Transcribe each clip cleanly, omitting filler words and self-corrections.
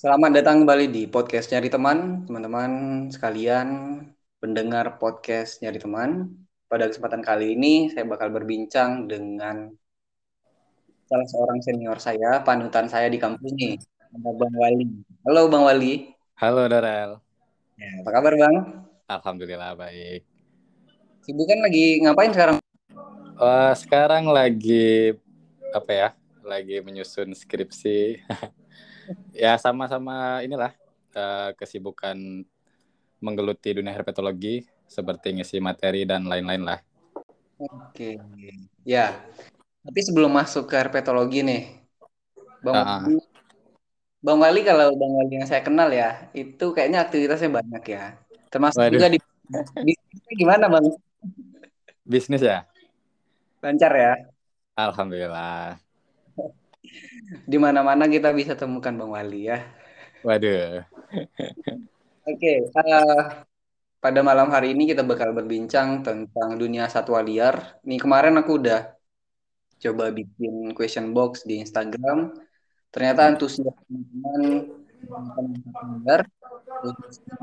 Selamat datang kembali di podcast Nyari Teman, teman-teman sekalian, pendengar podcast Nyari Teman. Pada kesempatan kali ini, saya bakal berbincang dengan salah seorang senior saya, panutan saya di kampus nih, ada Bang Wali. Halo Bang Wali. Halo Darel, Ya, apa kabar Bang? Alhamdulillah baik. Sibuk kan lagi ngapain sekarang? Sekarang lagi apa ya? Lagi menyusun skripsi. Ya sama-sama inilah kesibukan menggeluti dunia herpetologi seperti ngisi materi dan lain-lain lah. Oke, ya. Tapi sebelum masuk ke herpetologi nih, Bang Ah, Wali, Bang Wali kalau Bang Wali yang saya kenal ya, itu kayaknya aktivitasnya banyak ya. Termasuk Waduh, juga di bisnisnya gimana Bang? bisnis ya? Lancar ya. Alhamdulillah. Di mana-mana kita bisa temukan Bang Wali ya. Waduh. Oke, pada malam hari ini kita bakal berbincang tentang dunia satwa liar. Nih kemarin aku udah coba bikin question box di Instagram. Ternyata Hmm. antusias teman-teman tentang satwa liar, khususnya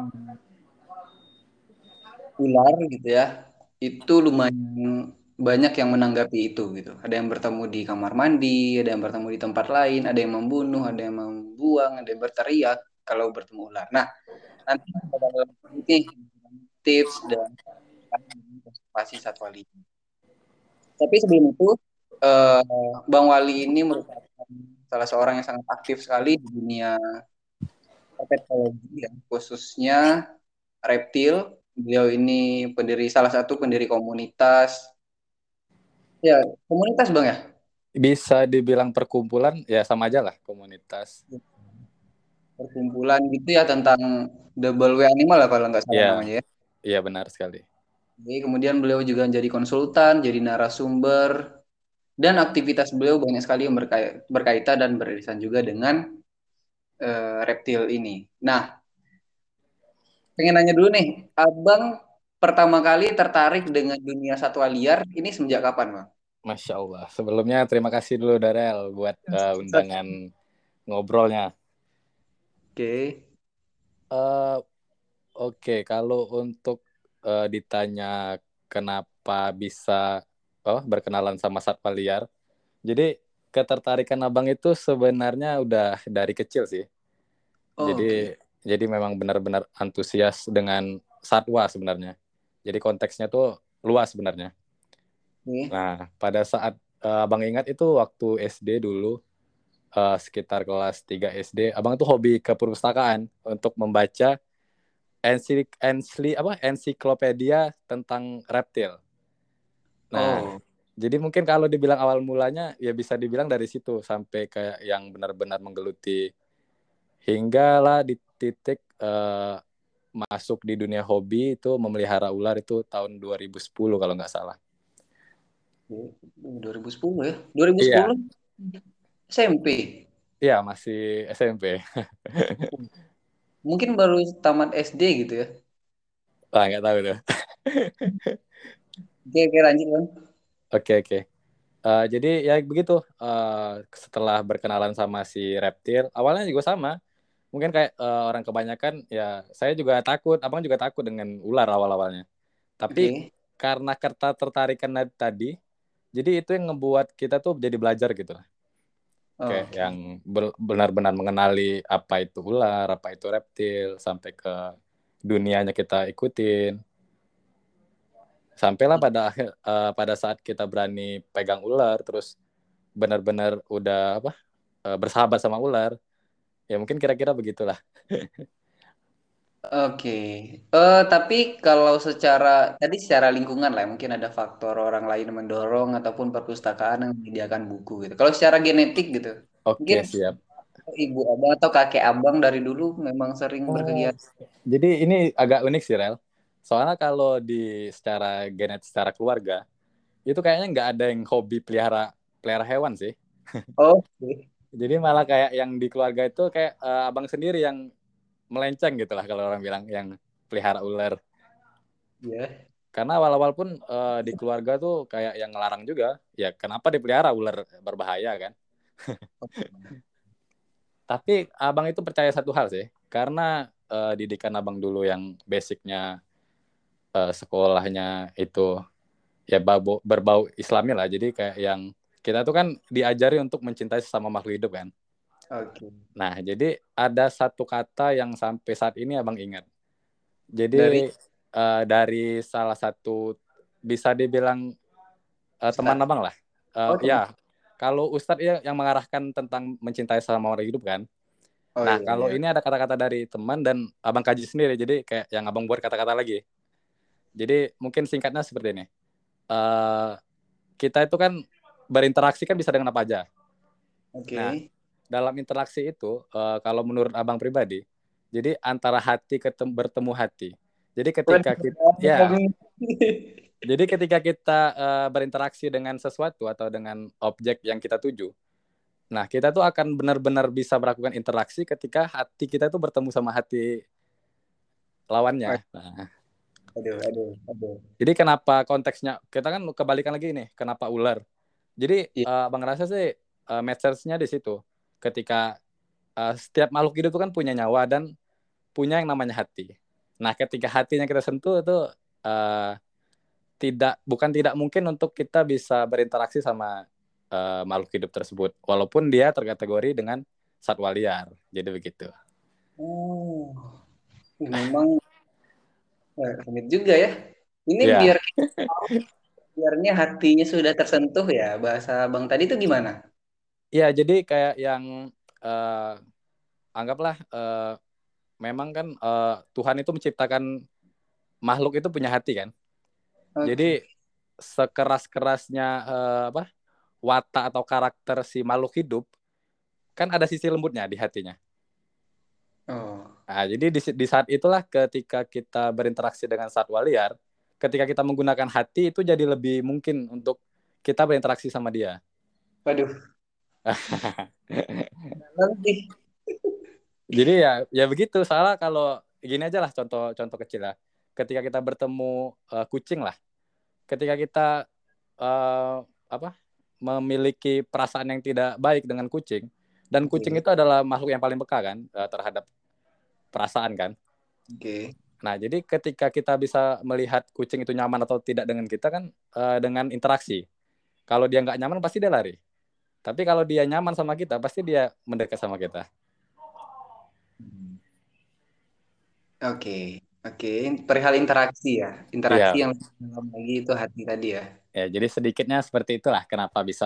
ular gitu ya, itu lumayan banyak yang menanggapi itu gitu. Ada yang bertemu di kamar mandi, ada yang bertemu di tempat lain, ada yang membunuh, ada yang membuang, ada yang berteriak kalau bertemu ular. Nah, nanti kita bakal lanjut nih tips dan konservasi satwa liar. Tapi sebelum itu, eh, Bang Wali ini merupakan salah seorang yang sangat aktif sekali di dunia herpetologi ya, khususnya reptil. Beliau ini salah satu pendiri komunitas. Ya, komunitas Bang ya? Bisa dibilang perkumpulan ya sama aja lah komunitas. Perkumpulan gitu ya tentang double W animal lah kalau nggak salah Ya, namanya ya. iya benar sekali. Jadi, kemudian beliau juga jadi konsultan, jadi narasumber, dan aktivitas beliau banyak sekali yang berkaitan dan beririsan juga dengan reptil ini. Nah, pengen nanya dulu nih, Abang pertama kali tertarik dengan dunia satwa liar ini semenjak kapan, Bang? Masya Allah. Sebelumnya terima kasih dulu Darel buat undangan ngobrolnya. Oke. Eh, Oke, kalau untuk ditanya kenapa bisa berkenalan sama satwa liar, jadi ketertarikan abang itu sebenarnya udah dari kecil sih. Oh, Jadi oke. jadi memang benar-benar antusias dengan satwa sebenarnya. Jadi konteksnya tuh luas sebenarnya. Oke. Nah, pada saat abang ingat itu waktu SD dulu, sekitar kelas 3 SD, abang tuh hobi ke perpustakaan untuk membaca ensiklopedia tentang reptil. Nah, Oh, jadi mungkin kalau dibilang awal mulanya ya bisa dibilang dari situ sampai kayak yang benar-benar menggeluti hingga lah di titik masuk di dunia hobi itu memelihara ular itu tahun 2010 kalau nggak salah. oke. 2010 ya? 2010 Iya, SMP. iya masih SMP. Mungkin baru tamat SD gitu ya. Wah, nggak tahu tuh. Oke, oke lanjut Bang. Oke, oke. Jadi ya begitu. Setelah berkenalan sama si reptil, awalnya juga sama. Mungkin kayak orang kebanyakan ya saya juga takut, abang juga takut dengan ular awal-awalnya. Tapi Oke. karena tertarikan tadi, jadi itu yang ngebuat kita tuh jadi belajar gitu lah. Kayak yang Oke. benar-benar mengenali apa itu ular, apa itu reptil, sampai ke dunianya kita ikutin. Sampailah pada saat kita berani pegang ular, terus benar-benar udah bersahabat sama ular. Ya mungkin kira-kira begitulah. Oke. Tapi kalau secara lingkungan lah, mungkin ada faktor orang lain yang mendorong ataupun perpustakaan yang menyediakan buku gitu. Kalau secara genetik gitu, mungkin Oke, siap. ibu abang atau kakek abang dari dulu memang sering Oh, berkegiatan. jadi ini agak unik sih, Rel. Soalnya kalau secara genet, secara keluarga, itu kayaknya nggak ada yang hobi pelihara pelihara hewan sih. Oke. Jadi malah kayak yang di keluarga itu kayak abang sendiri yang melenceng gitu lah kalau orang bilang, yang pelihara ular. Ya. Karena awal-awal pun di keluarga tuh kayak yang ngelarang juga. Ya kenapa dipelihara ular berbahaya kan? Tapi abang itu percaya satu hal sih, karena didikan abang dulu yang basicnya sekolahnya itu ya berbau Islami lah. Jadi kayak yang kita tuh kan diajari untuk mencintai sesama makhluk hidup kan. Oke. Nah, jadi ada satu kata yang sampai saat ini abang ingat. Dari Jadi dari salah satu bisa dibilang teman Ustadz. abang lah. Oh, teman. Ya, kalau Ustadz ya yang mengarahkan tentang mencintai sesama makhluk hidup kan. Oh Nah, iya, kalau iya. ini ada kata-kata dari teman dan abang kaji sendiri. Jadi kayak yang abang buat kata-kata lagi. Jadi mungkin singkatnya seperti ini. Eh, kita itu kan berinteraksi kan bisa dengan apa aja. Nah, Oke. dalam interaksi itu, kalau menurut abang pribadi, jadi antara hati bertemu hati. Jadi ketika Waduh, kita, ada ya, kami. jadi ketika kita berinteraksi dengan sesuatu atau dengan objek yang kita tuju, nah kita tuh akan benar-benar bisa melakukan interaksi ketika hati kita tuh bertemu sama hati lawannya. Nah, Aduh, aduh, aduh. jadi kenapa konteksnya kita kan kebalikan lagi nih, kenapa ular? Jadi Iya, Bang rasa sih message-nya di situ. Ketika setiap makhluk hidup itu kan punya nyawa dan punya yang namanya hati. Nah, ketika hatinya kita sentuh itu uh, bukan tidak mungkin untuk kita bisa berinteraksi sama makhluk hidup tersebut, walaupun dia terkategori dengan satwa liar. Jadi begitu. oh, memang rumit juga ya. Ini Ya, biarnya hatinya sudah tersentuh ya. Bahasa Bang tadi itu gimana? ya jadi kayak yang uh, anggaplah memang kan Tuhan itu menciptakan makhluk itu punya hati kan. Oke. Jadi sekeras-kerasnya apa watak atau karakter si makhluk hidup kan ada sisi lembutnya di hatinya. Oh, Nah, jadi di saat itulah ketika kita berinteraksi dengan satwa liar, ketika kita menggunakan hati itu jadi lebih mungkin untuk kita berinteraksi sama dia. waduh. Dalam sih. Jadi ya begitu. Salah kalau gini aja lah contoh kecil lah. Ketika kita bertemu kucing lah, ketika kita uh, apa memiliki perasaan yang tidak baik dengan kucing dan kucing Oke, itu adalah makhluk yang paling peka kan terhadap perasaan kan. oke. Nah, jadi ketika kita bisa melihat kucing itu nyaman atau tidak dengan kita kan dengan interaksi. Kalau dia nggak nyaman pasti dia lari. Tapi kalau dia nyaman sama kita pasti dia mendekat sama kita. Oke, oke. Perihal interaksi ya. Interaksi Iya. yang lebih dalam lagi itu hati tadi ya. Ya, jadi sedikitnya seperti itulah kenapa bisa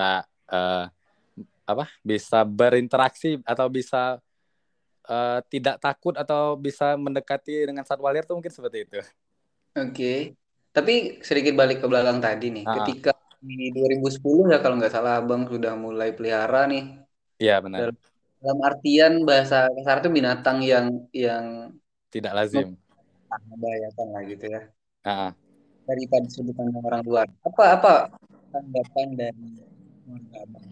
bisa berinteraksi atau bisa tidak takut atau bisa mendekati dengan satwa liar tuh mungkin seperti itu. Oke. Tapi sedikit balik ke belakang tadi nih. Ah, Ketika di 2010 ya kalau nggak salah Abang sudah mulai pelihara nih. iya benar. Dalam, dalam artian bahasa kasar itu binatang yang Tidak lazim. membahayakan lah gitu ya. Ah, Daripada sebutan orang luar. Apa apa tanggapan dari keluarga Abang?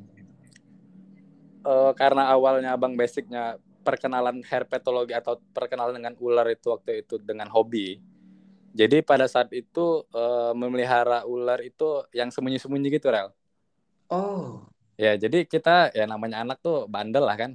karena awalnya abang basicnya perkenalan herpetologi atau perkenalan dengan ular itu waktu itu dengan hobi. Jadi pada saat itu memelihara ular itu yang sembunyi-sembunyi gitu, Rel. Oh, Ya, jadi kita ya namanya anak tuh bandel lah kan.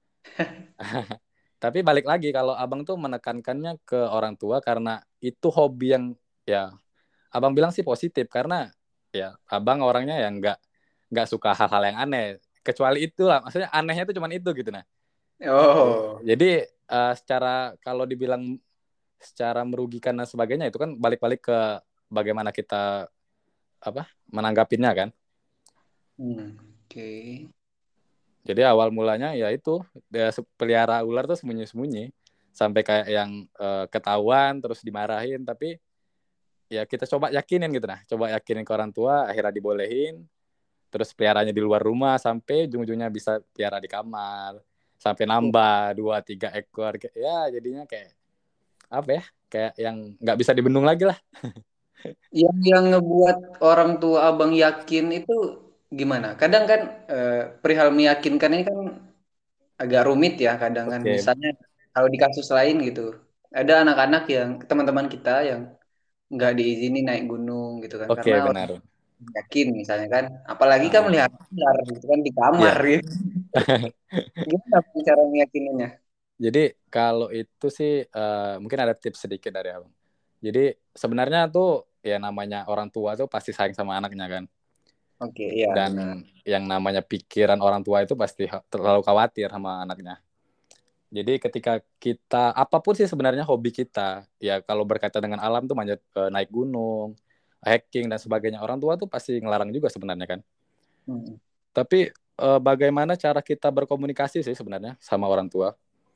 Tapi balik lagi kalau abang tuh menekankannya ke orang tua karena itu hobi yang ya abang bilang sih positif karena ya abang orangnya yang nggak suka hal-hal yang aneh. Kecuali itu lah, maksudnya anehnya itu cuma itu gitu nah. oh, Jadi secara kalau dibilang secara merugikan dan sebagainya itu kan balik-balik ke bagaimana kita apa menanggapinya kan. oke. Jadi awal mulanya ya itu dia pelihara ular tuh sembunyi-sembunyi sampai kayak yang ketahuan terus dimarahin tapi ya kita coba yakinin gitu nah, coba yakinin ke orang tua akhirnya dibolehin terus peliharanya di luar rumah sampai ujung-ujungnya bisa pelihara di kamar sampai Oh, nambah 2 3 ekor ya jadinya kayak apa ya kayak yang nggak bisa dibendung lagi lah. yang ngebuat orang tua Abang yakin itu gimana? Kadang kan perihal meyakinkan ini kan agak rumit ya kadang kan. Oke, Misalnya kalau di kasus lain gitu, ada anak-anak yang teman-teman kita yang nggak diizini naik gunung gitu kan karena oke orang benar. yakin misalnya kan. Apalagi kan Ah, melihat ular gitu kan di kamar ya gitu. Gimana cara meyakininnya? Jadi kalau itu sih mungkin ada tips sedikit dari abang. Jadi sebenarnya tuh ya namanya orang tua tuh pasti sayang sama anaknya kan. Oke, iya benar. Dan yang namanya pikiran orang tua itu pasti terlalu khawatir sama anaknya. Jadi ketika kita apapun sih sebenarnya hobi kita, ya kalau berkaitan dengan alam tuh manjat naik gunung, hiking dan sebagainya, orang tua tuh pasti ngelarang juga sebenarnya kan. Hmm, Tapi bagaimana cara kita berkomunikasi sih sebenarnya sama orang tua?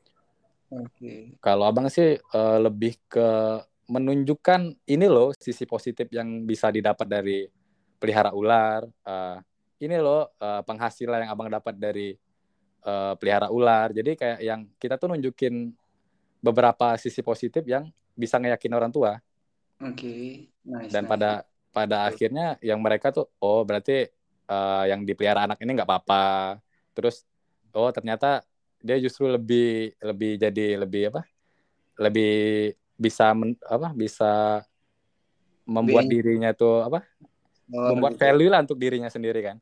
oke. Kalau abang sih lebih ke menunjukkan ini loh sisi positif yang bisa didapat dari pelihara ular. Ini loh penghasilan yang abang dapat dari pelihara ular. Jadi kayak yang kita tuh nunjukin beberapa sisi positif yang bisa ngeyakin orang tua. Oke, nice, Dan nice. pada akhirnya yang mereka tuh oh berarti yang dipelihara anak ini nggak apa-apa. Terus oh ternyata dia justru lebih lebih jadi lebih apa? Lebih bisa bisa membuat Lebih dirinya tuh apa? enjoy Membuat gitu. value lah untuk dirinya sendiri kan.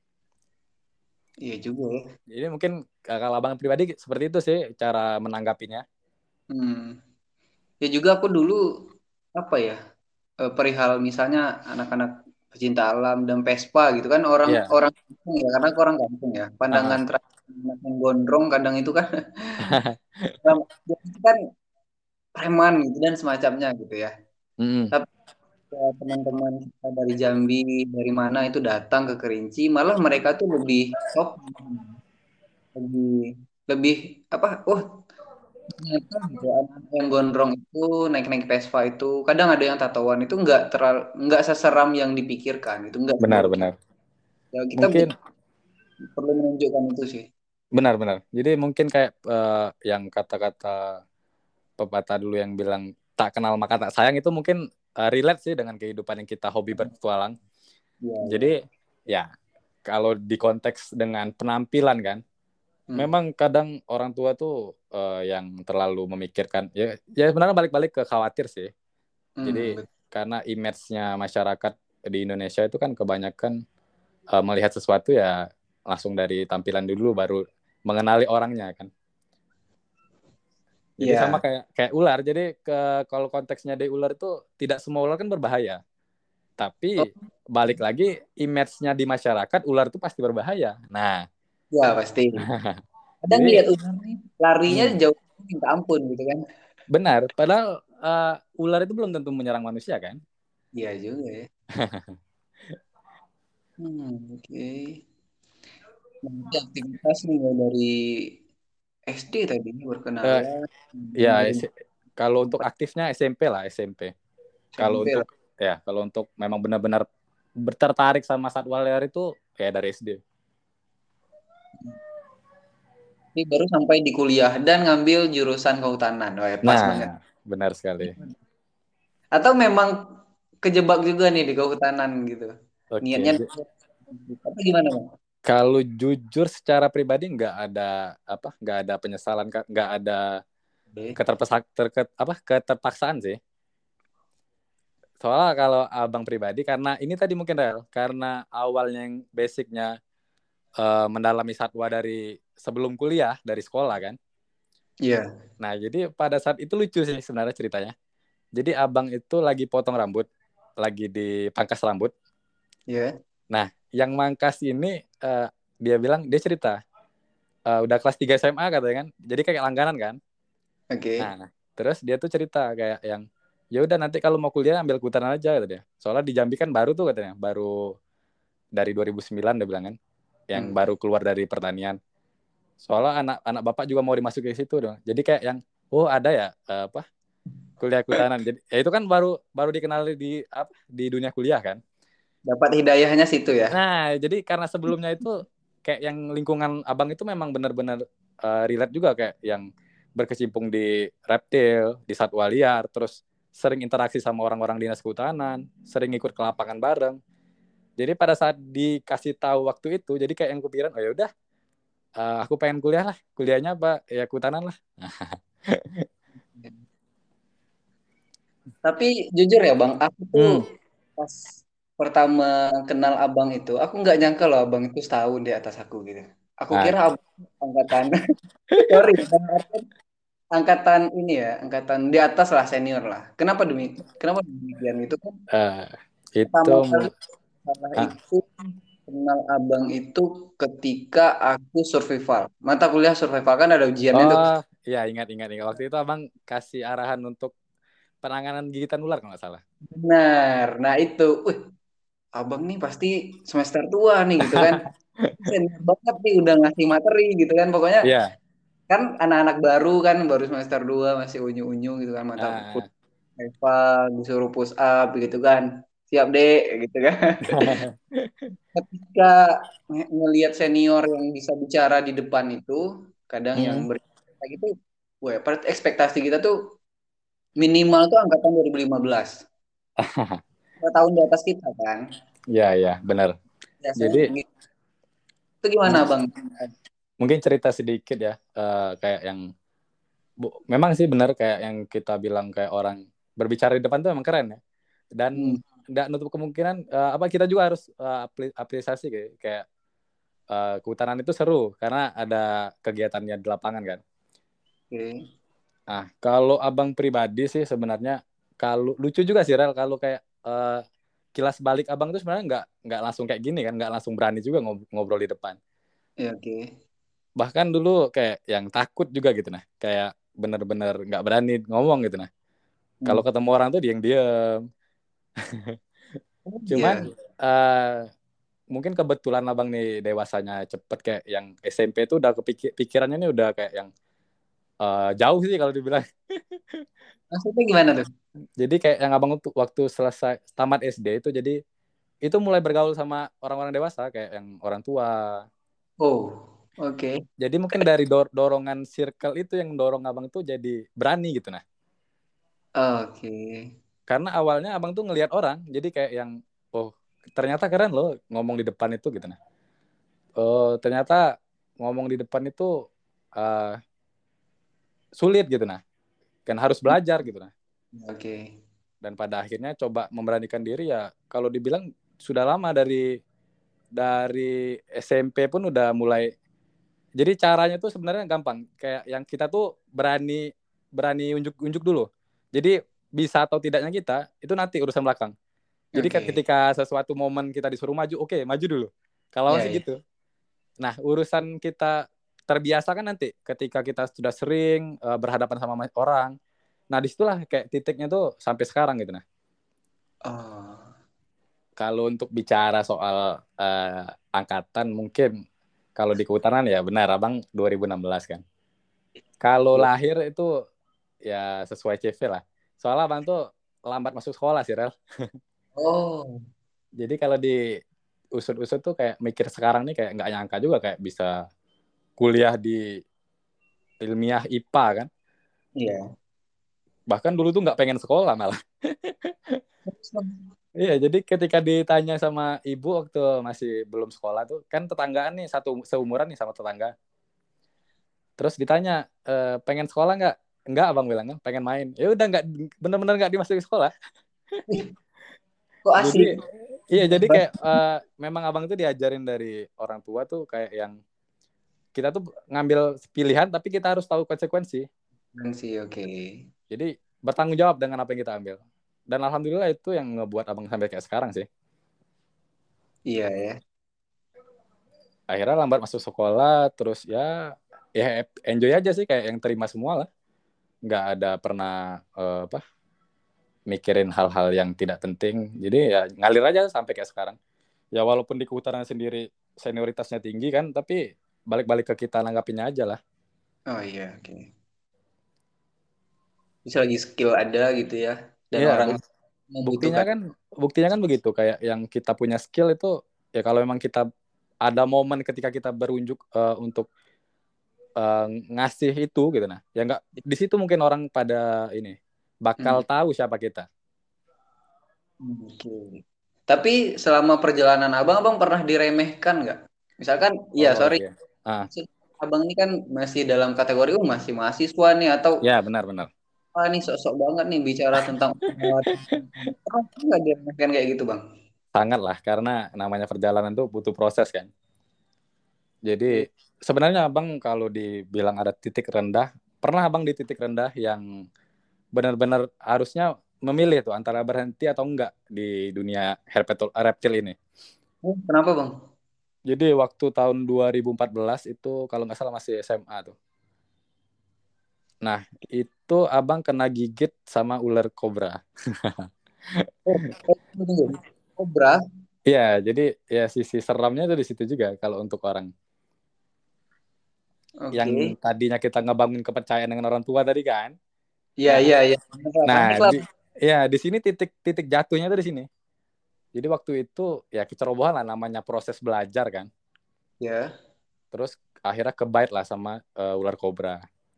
Iya juga ya. Jadi mungkin kalau abang pribadi seperti itu sih cara menanggapinya. Hmm. Ya juga aku dulu apa ya, perihal misalnya anak-anak pecinta alam dan Vespa gitu kan, orang Iya. orang kampung ya, karena aku orang kampung ya, pandangan Ah, terakhir anak yang gondrong kadang itu kan ah. dia itu kan preman gitu dan semacamnya gitu ya. Mm-mm. Tapi ya, teman-teman kita dari Jambi dari mana itu datang ke Kerinci, malah mereka tuh lebih sopan, lebih lebih apa? Oh, ternyata gitu anak yang gondrong itu naik-naik Vespa itu kadang ada yang tatoan itu nggak seseram yang dipikirkan, itu nggak seburuk itu. Benar-benar. Ya kita Mungkin perlu menunjukkan itu sih. benar-benar. Jadi mungkin kayak yang kata-kata pepatah dulu yang bilang tak kenal maka tak sayang itu mungkin relate sih dengan kehidupan yang kita hobi berpetualang. Iya, iya. Jadi ya kalau di konteks dengan penampilan kan, Hmm. memang kadang orang tua tuh yang terlalu memikirkan ya sebenarnya balik-balik ke khawatir sih. Hmm, Jadi betul. karena image-nya masyarakat di Indonesia itu kan kebanyakan melihat sesuatu ya langsung dari tampilan dulu baru mengenali orangnya kan. Jadi sama Iya. kayak kayak ular. Jadi kalau konteksnya dari ular itu tidak semua ular kan berbahaya. Oh, Tapi balik lagi image-nya di masyarakat ular itu pasti berbahaya. Nah, ya pasti. Kadang lihat jadi ular nih larinya hmm, jauh minta ampun gitu kan. benar. Padahal ular itu belum tentu menyerang manusia kan. Iya juga ya. Oke. Nanti aktivitas nih mulai dari SD tadi Eh, berkenalan, ya dengerin kalau untuk tempat aktifnya SMP lah SMP. Kalau SMP untuk lah. kalau untuk memang benar-benar tertarik sama satwa liar itu kayak dari SD. Ini baru sampai di kuliah dan ngambil jurusan kehutanan. Wah, pas banget. Nah, benar sekali. Atau memang kejebak juga nih di kehutanan gitu. Oke, Niatnya apa gimana, Bang? kalau jujur secara pribadi nggak ada penyesalan, nggak ada Oke. keterpesak keterpaksaan sih. Soalnya kalau abang pribadi karena ini tadi mungkin real karena awalnya yang basicnya mendalami satwa dari sebelum kuliah dari sekolah kan. Iya. Nah jadi pada saat itu lucu sih sebenarnya ceritanya. Jadi abang itu lagi potong rambut, lagi dipangkas rambut. Iya. Nah yang mangkas ini dia bilang dia cerita udah kelas 3 SMA katanya kan. Jadi kayak langganan kan. Oke. Nah, terus dia tuh cerita kayak yang ya udah nanti kalau mau kuliah ambil kehutanan aja kata dia. Soalnya di Jambi kan baru tuh katanya, baru dari 2009 dia bilang kan, yang Hmm. baru keluar dari pertanian. Soalnya anak-anak bapak juga mau dimasukin ke situ dong. Jadi kayak yang oh ada ya apa kuliah kehutanan. Jadi ya itu kan baru baru dikenal di apa di dunia kuliah kan. Dapat hidayahnya situ ya. Nah, jadi karena sebelumnya itu kayak yang lingkungan abang itu memang benar-benar relate juga kayak yang berkecimpung di reptil, di satwa liar, terus sering interaksi sama orang-orang dinas kehutanan, sering ikut ke lapangan bareng. Jadi pada saat dikasih tahu waktu itu, jadi kayak yang kepikiran, oh ya udah, aku pengen kuliah lah, kuliahnya apa? Ya kehutanan lah. Tapi jujur ya Bang, aku tuh Hmm. pas pertama kenal Abang itu, aku nggak nyangka loh Abang itu setahun di atas aku gitu. Aku Ah, kira abang angkatan sorry, angkatan ini ya, angkatan di atas lah, senior lah. Kenapa demikian itu kan? eh, itu Pertama kali salah ah, itu kenal abang itu ketika aku survival. Mata kuliah survival kan ada ujiannya tuh. oh ya ingat waktu itu abang kasih arahan untuk penanganan gigitan ular kalau nggak salah. Benar. Nah itu, abang nih pasti semester tua nih gitu kan. Senior banget nih udah ngasih materi gitu kan. Pokoknya Iya. kan anak-anak baru kan baru semester 2 masih unyu-unyu gitu kan mata Ah. kuliah disuruh push up gitu kan. Siap deh gitu kan. Ketika ngelihat senior yang bisa bicara di depan itu, kadang yang Hmm. berita gitu, ekspektasi kita tuh minimal tuh angkatan 2015. 2 tahun di atas kita kan. Ya ya benar. Biasanya Jadi gitu. Itu gimana mung- Bang? mungkin cerita sedikit ya, kayak yang memang sih benar kayak yang kita bilang kayak orang berbicara di depan tuh emang keren ya. Dan Hmm, nggak nutup kemungkinan apa kita juga harus apresiasi kayak kehutanan itu seru karena ada kegiatannya di lapangan kan. oke. Nah, kalau abang pribadi sih sebenarnya kalau lucu juga sih Rel kalau kayak kilas balik abang tuh sebenarnya nggak langsung kayak gini kan, nggak langsung berani juga ngobrol di depan. Ya, oke. Bahkan dulu kayak yang takut juga gitu nah, kayak bener-bener nggak berani ngomong gitu nah. Kalau Hmm. ketemu orang tuh diam-diam. Oh, Cuman iya. mungkin kebetulan abang nih dewasanya cepet kayak yang SMP tuh udah pikirannya nih udah kayak yang jauh sih kalau dibilang. Maksudnya gimana tuh? Jadi kayak yang abang tuh waktu selesai tamat SD itu jadi itu mulai bergaul sama orang-orang dewasa kayak yang orang tua. Oh, oke. Jadi mungkin dari dorongan circle itu yang dorong abang tuh jadi berani gitu nah. Oke. Karena awalnya abang tuh ngelihat orang, jadi kayak yang oh ternyata keren loh ngomong di depan itu gitu nah. Oh ternyata ngomong di depan itu uh, sulit gitu nah. Kan harus belajar gitu nah. Oke. Dan pada akhirnya coba memberanikan diri ya kalau dibilang sudah lama dari SMP pun udah mulai. Jadi caranya tuh sebenarnya gampang. Kayak yang kita tuh berani berani unjuk-unjuk dulu. Jadi bisa atau tidaknya kita itu nanti urusan belakang. Jadi Oke. ketika sesuatu momen kita disuruh maju, oke, maju dulu. Kalau Ya, masih ya. gitu. Nah, urusan kita terbiasa kan nanti ketika kita sudah sering berhadapan sama orang. Nah, disitulah kayak titiknya tuh sampai sekarang gitu nah. Oh, Kalau untuk bicara soal angkatan mungkin kalau di kehutanan ya benar Abang 2016 kan. Kalau dua. lahir itu ya sesuai CV lah. Soalnya Abang tuh lambat masuk sekolah sih Rel. Oh, Jadi kalau di usut-usut tuh kayak mikir sekarang nih kayak nggak nyangka juga kayak bisa kuliah di ilmiah IPA kan. iya. Bahkan dulu tuh nggak pengen sekolah malah. Iya, jadi ketika ditanya sama ibu waktu masih belum sekolah tuh, kan tetanggaan nih satu seumuran nih sama tetangga. Terus ditanya, pengen sekolah nggak? Enggak, abang bilang kan, pengen main. Ya udah nggak, bener-bener nggak dimasukin sekolah. Ih, kok Jadi, asik? iya, jadi kayak memang abang tuh diajarin dari orang tua tuh kayak yang kita tuh ngambil pilihan, tapi kita harus tahu konsekuensi. Sih, oke. Jadi bertanggung jawab dengan apa yang kita ambil. Dan alhamdulillah itu yang ngebuat abang sampai kayak sekarang sih. Iya ya. Akhirnya lambat masuk sekolah, terus ya enjoy aja sih kayak yang terima semua lah. Nggak ada pernah apa mikirin hal-hal yang tidak penting. Jadi ya ngalir aja sampai kayak sekarang. Ya walaupun di kehutanan sendiri senioritasnya tinggi kan, tapi balik-balik ke kita nanggapinnya aja lah. Oh iya, oke. Bisa lagi skill ada gitu ya. Dan Iya, orang buktinya membutuhkan. kan buktinya kan begitu kayak yang kita punya skill itu ya kalau memang kita ada momen ketika kita berunjuk untuk ngasih itu gitu nah. Ya nggak di situ mungkin orang pada ini bakal Hmm, tahu siapa kita. oke. Tapi selama perjalanan abang pernah diremehkan nggak? Misalkan, iya Oh sorry, iya. Ah, abang ini kan masih dalam kategori masih mahasiswa nih atau ya benar-benar. ah nih sok-sok banget nih bicara tentang pernah nggak diremehkan kayak gitu bang? Sangat lah karena namanya perjalanan tuh butuh proses kan. Jadi sebenarnya abang kalau dibilang ada titik rendah, pernah abang di titik rendah yang benar-benar harusnya memilih tuh antara berhenti atau enggak di dunia reptil ini. Oh, kenapa bang? Jadi waktu tahun 2014 itu kalau nggak salah masih SMA tuh. Nah, itu abang kena gigit sama ular kobra. Oh, tunggu. Kobra. Iya, jadi ya sisi seramnya itu di situ juga kalau untuk orang yang Oke. tadinya kita ngebangun kepercayaan dengan orang tua tadi kan. Iya, Nah, iya, iya. nah Panik lah. di sini titik jatuhnya tuh di sini. Jadi waktu itu ya kecerobohan lah namanya proses belajar kan. Ya. Terus akhirnya kebite lah sama ular kobra.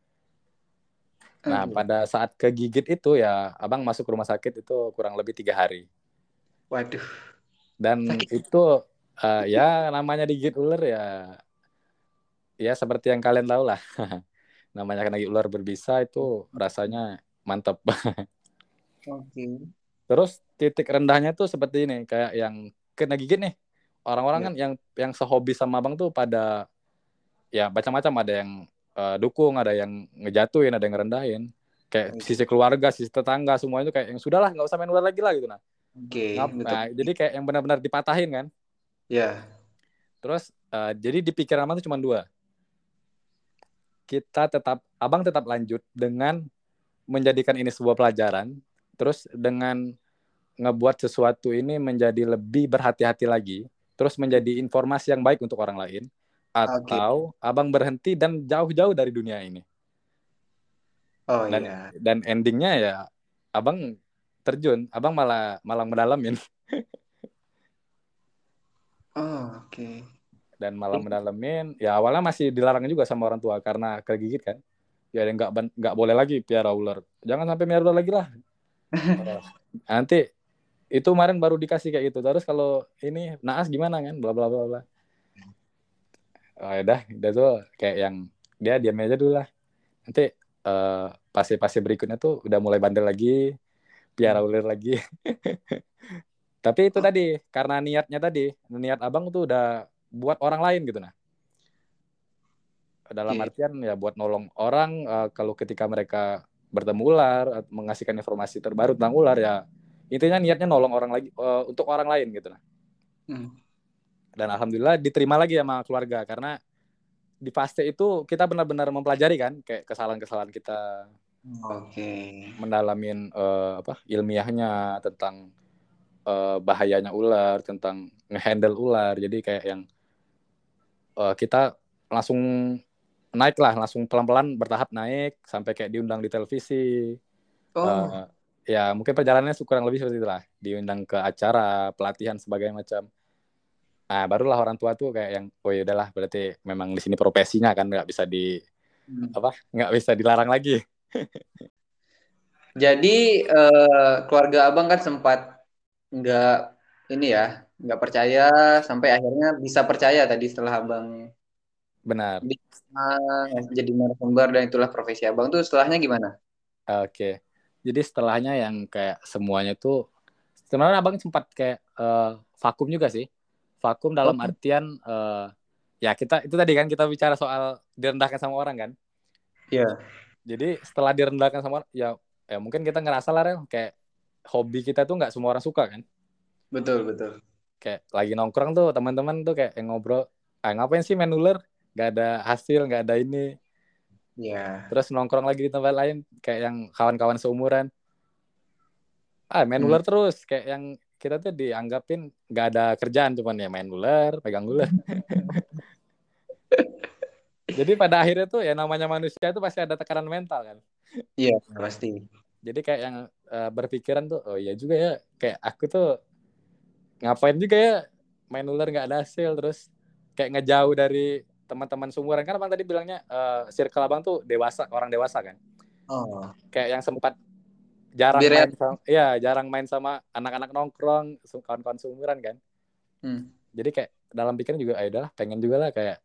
Nah, Oke. pada saat kegigit itu ya abang masuk rumah sakit itu kurang lebih 3 hari. Waduh. Dan Sakit. itu ya namanya digigit ular ya seperti yang kalian tahu lah. Namanya kena gigit ular berbisa itu rasanya mantap. Oke. Terus titik rendahnya tuh seperti ini, kayak yang kena gigit nih. Orang-orang Ya. kan yang sehobi sama abang tuh pada ya macam-macam, ada yang dukung, ada yang ngejatuhin, ada yang ngerendahin. Kayak Oke. sisi keluarga, sisi tetangga, semuanya tuh kayak yang sudahlah nggak usah main ular lagi lah gitu nah. Oke, betul. Jadi kayak yang benar-benar dipatahin kan. Ya. Terus jadi di pikiran abang tuh cuma dua. Abang tetap lanjut dengan menjadikan ini sebuah pelajaran, terus dengan ngebuat sesuatu ini menjadi lebih berhati-hati lagi, terus menjadi informasi yang baik untuk orang lain, Oke. atau abang berhenti dan jauh-jauh dari dunia ini. Oh Dan iya. endingnya ya abang terjun, abang malah malah mendalamin Oh, oke. dan malah mendalamin. Ya awalnya masih dilarang juga sama orang tua karena kegigit kan. Ya nggak boleh lagi piara ular. Jangan sampai piara ular lagi lah. Oh, nanti itu kemarin baru dikasih kayak gitu. Terus kalau ini naas gimana kan? Bla bla bla bla. Oh, ya udah tuh kayak yang dia diam aja dulu lah. Nanti pasti berikutnya tuh udah mulai bandel lagi, piara Hmm. ular lagi. Tapi itu Oh, tadi karena niat abang tuh udah buat orang lain gitu nah. Dalam oke. artian ya buat nolong orang kalau ketika mereka bertemu ular, mengasihkan informasi terbaru tentang ular ya intinya niatnya nolong orang lagi untuk orang lain gitu nah. Hmm. Dan alhamdulillah diterima lagi sama keluarga karena di fase itu kita benar-benar mempelajari kan kayak kesalahan-kesalahan kita, Oke. mendalamin apa ilmiahnya tentang bahayanya ular, tentang ngehandle ular. Jadi kayak yang kita langsung naik lah, langsung pelan-pelan bertahap naik sampai kayak diundang di televisi. Oh, Uh, ya mungkin perjalanannya kurang lebih seperti itulah, diundang ke acara pelatihan sebagai macam. Nah barulah orang tua tuh kayak yang oh ya udahlah berarti memang di sini profesinya kan nggak bisa hmm. nggak bisa dilarang lagi. Jadi keluarga abang kan sempat nggak ini ya, nggak percaya sampai akhirnya bisa percaya tadi setelah abang Benar. bisa jadi narasumber dan itulah profesi abang tuh setelahnya gimana? Oke. Jadi setelahnya yang kayak semuanya tuh sebenarnya abang sempat kayak vakum juga sih. Vakum Oh, dalam artian ya kita itu tadi kan kita bicara soal direndahkan sama orang kan. iya, Jadi setelah direndahkan sama orang, ya mungkin kita ngerasa lah Rel, kayak hobi kita tuh nggak semua orang suka kan. betul betul. Kayak lagi nongkrong tuh teman-teman tuh kayak yang ngobrol, ngapain sih main ular? Gak ada hasil, gak ada ini. Ya. Terus nongkrong lagi di tempat lain kayak yang kawan-kawan seumuran, main Hmm. ular terus kayak yang kita tuh dianggapin nggak ada kerjaan cuman ya main ular, pegang ular. Jadi pada akhirnya tuh ya namanya manusia itu pasti ada tekanan mental kan. Iya, pasti. Jadi kayak yang berpikiran tuh oh iya juga ya kayak aku tuh ngapain juga ya main ular nggak ada hasil, terus kayak ngejauh dari teman-teman seumuran kan abang tadi bilangnya circle abang tuh dewasa, orang dewasa kan, Oh, kayak yang sempat lebih real. jarang main sama anak-anak nongkrong kawan-kawan seumuran kan. Hmm. Jadi kayak dalam pikiran juga ayo udahlah pengen juga lah kayak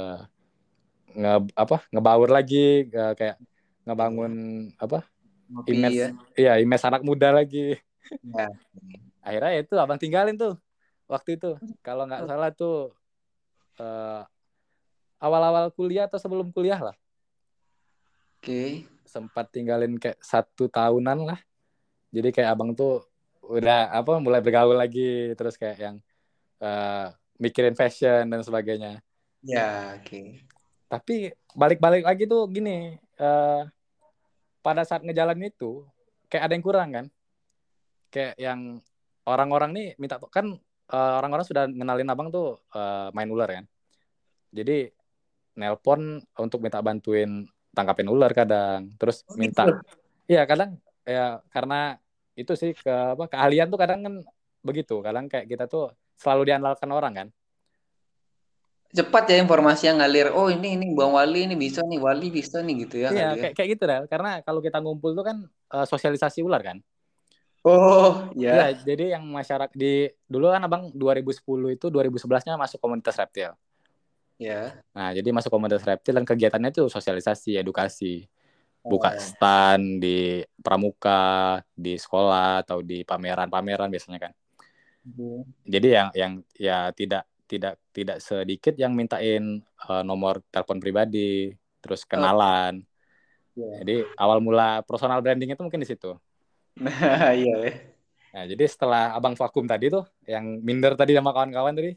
ngebaur lagi kayak ngebangun Iya. apa Ngopi image, ya. iya image anak muda lagi. Ya. Akhirnya itu abang tinggalin tuh waktu itu kalau nggak salah tuh eh, awal-awal kuliah atau sebelum kuliah lah. Oke. Sempat tinggalin kayak 1 tahunan lah. Jadi kayak abang tuh udah apa mulai bergaul lagi, terus kayak yang uh, mikirin fashion dan sebagainya. Ya, oke. Tapi balik-balik lagi tuh gini, pada saat ngejalanin itu kayak ada yang kurang kan. Kayak yang orang-orang nih minta kan, orang-orang sudah ngenalin abang tuh main ular kan. Jadi nelpon untuk minta bantuin tangkapin ular kadang. Terus Oh gitu. minta, iya kadang ya karena itu sih ke apa keahlian tuh kadang kan begitu. Kadang kayak kita tuh selalu diandalkan orang kan. Cepat ya informasi yang ngalir. Oh ini Bang Wali ini bisa nih, Wali bisa nih gitu ya Iya kali ya. kayak kayak gitu dah. Karena kalau kita ngumpul tuh kan sosialisasi ular kan. Oh Iya, ya, jadi yang masyarakat di dulu kan abang 2010 itu 2011-nya masuk komunitas reptil. ya. Nah, jadi masuk komunitas reptil dan kegiatannya itu sosialisasi, edukasi. Buka Oh. stand di pramuka, di sekolah atau di pameran-pameran biasanya kan. Mhm. Jadi yang ya tidak sedikit yang mintain nomor telepon pribadi, terus Oh kenalan. iya. Jadi awal mula personal branding itu mungkin di situ. Nah iya ya. Nah, jadi setelah abang vakum tadi tuh, yang minder tadi sama kawan-kawan tadi,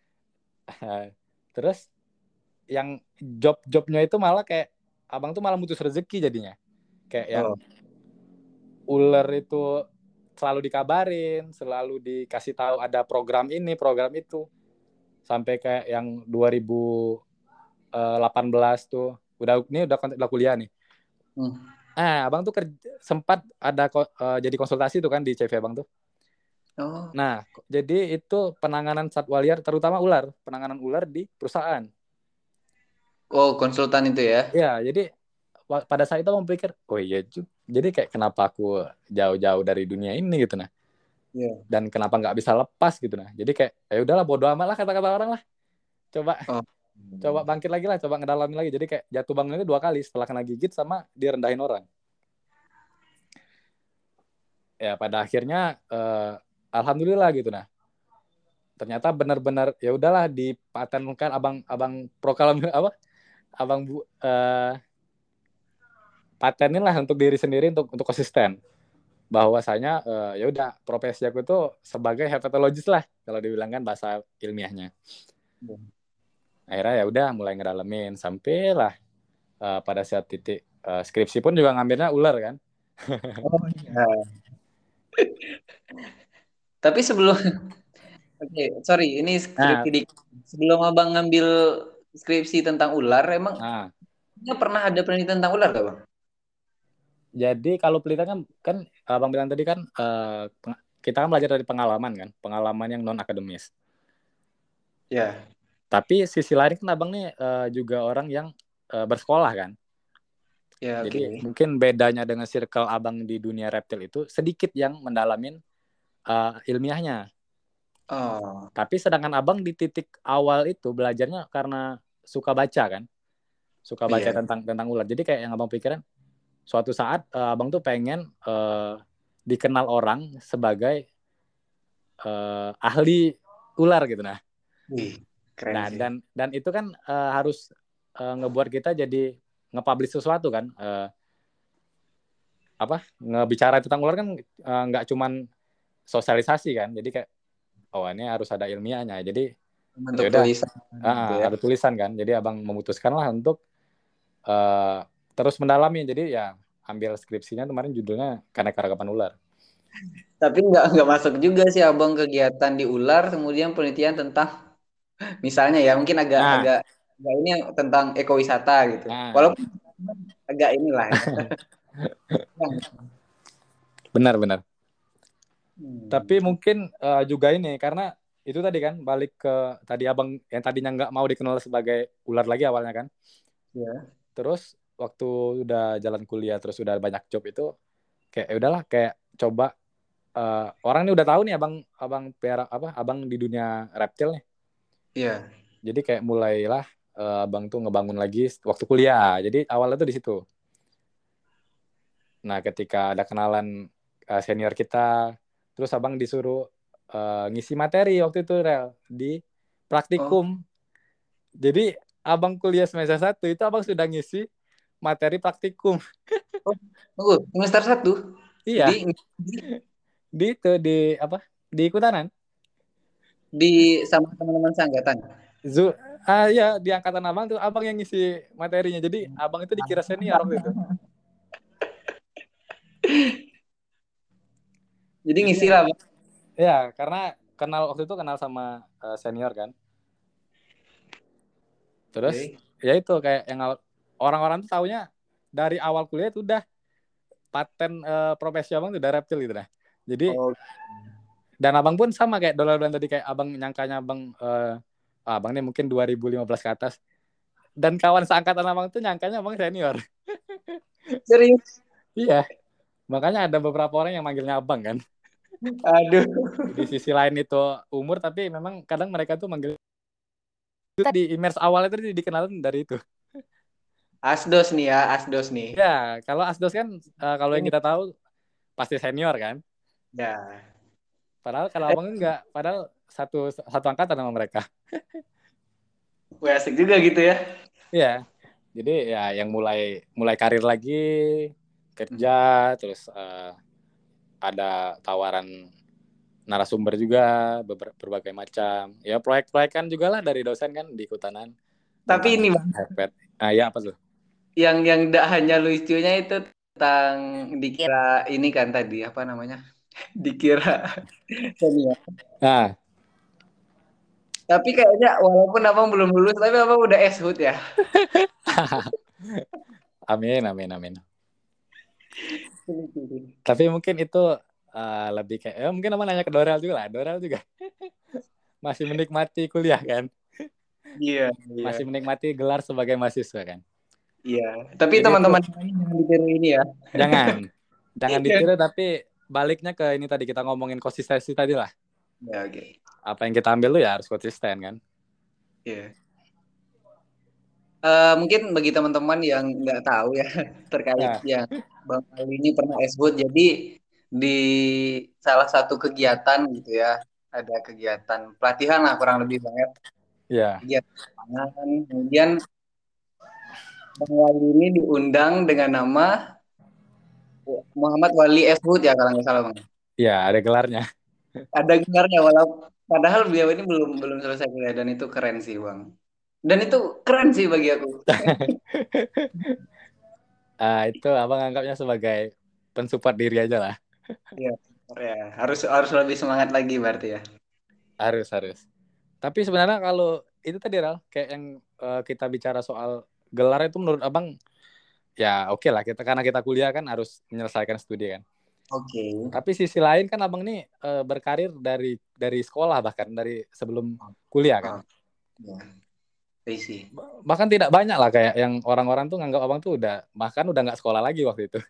terus yang job-jobnya itu malah kayak abang tuh malah mutus rezeki jadinya. Kayak yang Oh. ular itu selalu dikabarin, selalu dikasih tahu ada program ini, program itu. Sampai kayak yang 2018 tuh udah kuliah nih. Hmm. Abang tuh sempat ada jadi konsultasi tuh kan di CV abang tuh. Oh. Nah, jadi itu penanganan satwa liar terutama ular, penanganan ular di perusahaan. Oh konsultan itu ya. Ya, jadi pada saat itu aku pikir, oh iya jadi kayak kenapa aku jauh-jauh dari dunia ini gitu nah. Iya. Dan kenapa nggak bisa lepas gitu nah. Jadi kayak ya udahlah bodo amat lah kata-kata orang lah. Coba Oh. coba bangkit lagi lah, coba ngedalamin lagi. Jadi kayak jatuh bangunnya 2 kali setelah kena gigit sama direndahin orang. Ya pada akhirnya alhamdulillah gitu nah. Ternyata benar-benar ya udahlah dipatenkan abang proklam apa? Abang patenin lah untuk diri sendiri untuk konsisten bahwasanya ya udah profesi aku itu sebagai hepatologis lah kalau dibilang kan bahasa ilmiahnya. Akhirnya ya udah mulai ngedalamin sampailah pada saat titik skripsi pun juga ngambilnya ular kan. Oh iya. Tapi sebelum, oke, sorry, ini Nah, skripsi di sebelum abang ngambil skripsi tentang ular, emang nah pernah ada penelitian tentang ular gak bang? jadi kalau pelitian kan abang bilang tadi kan kita kan belajar dari pengalaman kan, pengalaman yang non akademis. Ya, Tapi sisi lain kan abang nih juga orang yang bersekolah kan. ya Jadi oke. mungkin bedanya dengan circle abang di dunia reptil itu sedikit yang mendalamin ilmiahnya. Oh, Tapi sedangkan abang di titik awal itu belajarnya karena suka baca kan, suka baca iya. tentang tentang ular. Jadi kayak yang abang pikiran, suatu saat abang tuh pengen dikenal orang sebagai ahli ular gitu nah. Wih, keren Nah sih. dan itu kan harus ngebuat kita jadi nge-publish sesuatu kan, apa ngebicara tentang ular kan nggak cuman sosialisasi kan. Jadi kayak oh ini harus ada ilmiahnya. Jadi ya Bentuk udah tulisan gitu ya. ada tulisan kan. Jadi abang memutuskan lah untuk terus mendalami. Jadi ya ambil skripsinya kemarin judulnya Keanekaragaman Ular. Tapi nggak masuk juga sih abang kegiatan di ular, kemudian penelitian tentang misalnya ya mungkin agak Nah, agak agak ini tentang ekowisata gitu. nah Walaupun agak inilah ya. benar-benar. Tapi Hmm. mungkin juga ini karena itu tadi kan balik ke tadi abang yang tadinya nggak mau dikenal sebagai ular lagi awalnya kan. Ya. Terus waktu udah jalan kuliah terus udah banyak job itu kayak ya udahlah kayak coba orang ini udah tahu nih abang abang piara apa abang di dunia reptil nih. Iya. Jadi kayak mulailah abang tuh ngebangun lagi waktu kuliah. Jadi awalnya tuh di situ. Nah, ketika ada kenalan senior kita, terus abang disuruh ngisi materi waktu itu Rel di Oh, praktikum. Jadi abang kuliah semester 1 itu abang sudah ngisi materi praktikum. Oh, tunggu, semester 1. Iya, Di di itu di apa? Di Kutanan. sama teman-teman seangkatan. Ya di angkatan abang tuh abang yang ngisi materinya. Jadi abang itu dikira senior waktu itu. Jadi Jadi ngisi lah, Bang. ya karena kenal waktu itu kenal sama senior kan. Terus Oke. ya itu kayak yang orang-orang tuh taunya dari awal kuliah itu udah paten profesi abang tuh udah reptil gitu nah. Jadi Oh, dan abang pun sama kayak Dolar bilang tadi kayak abang nyangkanya abang abang nih mungkin 2015 ke atas. Dan kawan seangkatan abang tuh nyangkanya abang senior. serius. Iya, makanya ada beberapa orang yang manggilnya abang kan. Aduh. Di sisi lain itu umur tapi memang kadang mereka tuh manggil di imers awal itu dikenalin dari itu. Asdos nih ya, Asdos nih. Ya, kalau Asdos kan kalau yang kita tahu pasti senior kan. Ya. Padahal kalau Eh, abang enggak, padahal satu satu angkatan sama mereka. wah, asik juga gitu ya. Iya, jadi ya yang mulai mulai karir lagi kerja Hmm. terus ada tawaran narasumber juga berbagai macam ya proyek-proyek kan juga lah dari dosen kan di Kutanan Tapi tentang ini Bang, headpad. Nah ya apa tuh? yang tidak hanya lucunya itu tentang dikira ini kan tadi apa namanya? Dikira senior. Nah, Tapi kayaknya walaupun abang belum lulus, tapi abang udah eshut ya. amin amin amin. Tapi mungkin itu lebih kayak mungkin apa nanya ke Dorel juga lah. Dorel juga masih menikmati kuliah kan, Iya, iya, masih menikmati gelar sebagai mahasiswa kan. iya. Tapi Jadi itu teman-teman jangan ditiru ini ya. jangan jangan ditiru tapi baliknya ke ini tadi kita ngomongin konsistensi tadi lah. Ya, oke. Apa yang kita ambil tuh ya harus konsisten kan. Iya. Mungkin bagi teman-teman yang nggak tahu ya terkait Nah, yang Bang Ali ini pernah eshut. Jadi di salah satu kegiatan gitu ya, ada kegiatan pelatihan lah kurang lebih banget ya, kegiatan lapangan. Kemudian Bang Wali ini diundang dengan nama Muhammad Wali Eshut ya kalau nggak salah Bang. ya ada gelarnya. Ada gelarnya walaupun padahal beliau ini belum belum selesai kuliah dan itu keren sih Bang. Dan itu keren sih bagi aku. Itu abang anggapnya sebagai pensupport diri aja lah. Iya, ya, harus harus lebih semangat lagi berarti ya. Harus harus. Tapi sebenarnya kalau itu tadi Ral, kayak yang kita bicara soal gelar itu menurut abang ya oke lah kita karena kita kuliah kan harus menyelesaikan studi kan. Oke. Tapi sisi lain kan abang nih berkarir dari sekolah bahkan dari sebelum kuliah kan. Oh, ya, I see. Bahkan tidak banyak lah kayak yang orang-orang tuh nganggap abang tuh udah bahkan udah nggak sekolah lagi waktu itu.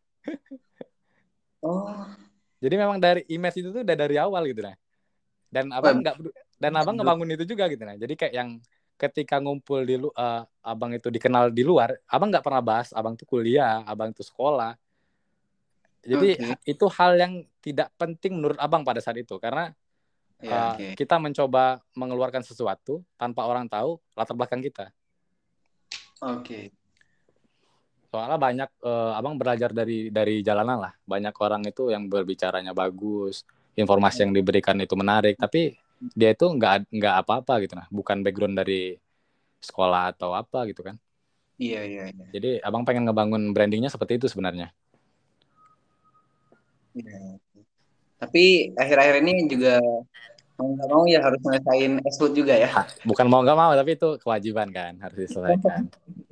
Oh, Jadi memang dari image itu tuh udah dari awal gitu nah. Dan wah, abang nggak dan abang ngebangun itu juga gitu nah. Jadi kayak yang ketika ngumpul abang itu dikenal di luar, abang nggak pernah bahas abang tuh kuliah, abang tuh sekolah. Jadi oke. itu hal yang tidak penting menurut abang pada saat itu karena Ya, oke. kita mencoba mengeluarkan sesuatu tanpa orang tahu latar belakang kita. Oke. Soalnya banyak abang belajar dari jalanan lah. Banyak orang itu yang berbicaranya bagus, informasi yang diberikan itu menarik, tapi dia itu nggak apa-apa gitu nah. Bukan background dari sekolah atau apa gitu kan. Iya, iya, iya. Jadi abang pengen ngebangun brandingnya seperti itu sebenarnya. Iya. Tapi akhir-akhir ini juga mau nggak mau ya harus ngelesain S-Food juga ya. Bukan mau nggak mau, tapi itu kewajiban kan harus diselesaikan.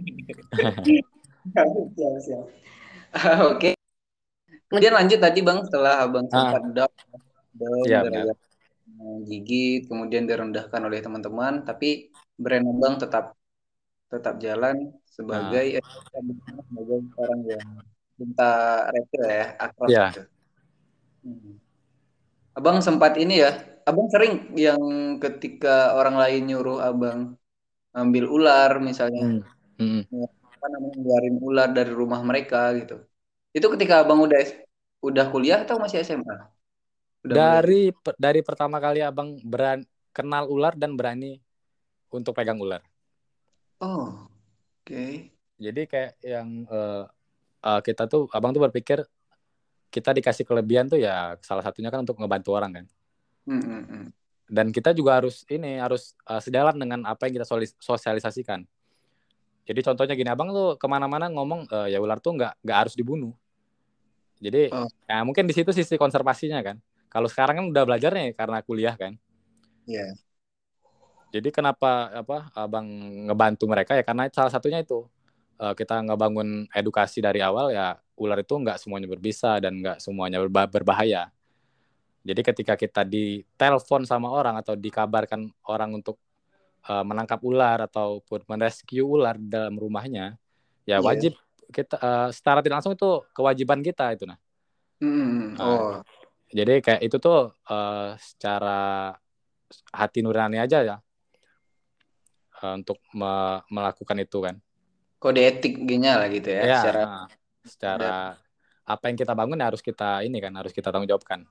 Siap, siap. Oke. Kemudian lanjut tadi Bang, setelah Abang sempat Ah, down iya benar. gara-gara gigit, kemudian direndahkan oleh teman-teman, tapi brand Abang tetap tetap jalan sebagai Ah, sebagai orang yang cinta reptil ya, akrab iya, gitu. Hmm. Abang sempat ini ya, abang sering yang ketika orang lain nyuruh abang ambil ular misalnya, hmm. Hmm. apa namanya, ngeluarin ular dari rumah mereka gitu. Itu ketika abang udah kuliah atau masih SMA? Udah mulai gitu. Dari pertama kali abang kenal ular dan berani untuk pegang ular. Oh, oke. Jadi kayak yang kita tuh, abang tuh berpikir kita dikasih kelebihan tuh ya salah satunya kan untuk ngebantu orang kan. Hmm, hmm, hmm. Dan kita juga harus sejalan dengan apa yang kita sosialisasikan. Jadi contohnya gini, abang tuh kemana-mana ngomong ya ular tuh nggak harus dibunuh. Jadi Oh, ya mungkin di situ sisi konservasinya kan. Kalau sekarang kan udah belajar nih karena kuliah kan. iya. Jadi kenapa abang ngebantu mereka ya karena salah satunya itu kita ngebangun edukasi dari awal ya ular itu nggak semuanya berbisa dan nggak semuanya berbahaya. Jadi ketika kita ditelepon sama orang atau dikabarkan orang untuk menangkap ular ataupun merescue ular dalam rumahnya, ya Iya. wajib kita secara tidak langsung itu kewajiban kita itu nah. Hmm, hmm, hmm. Nah, Oh, jadi kayak itu tuh secara hati nurani aja ya untuk melakukan itu kan. kode etiknya lah gitu ya, Ya, secara ada. secara apa yang kita bangun ya harus kita ini kan harus kita tanggung jawabkan.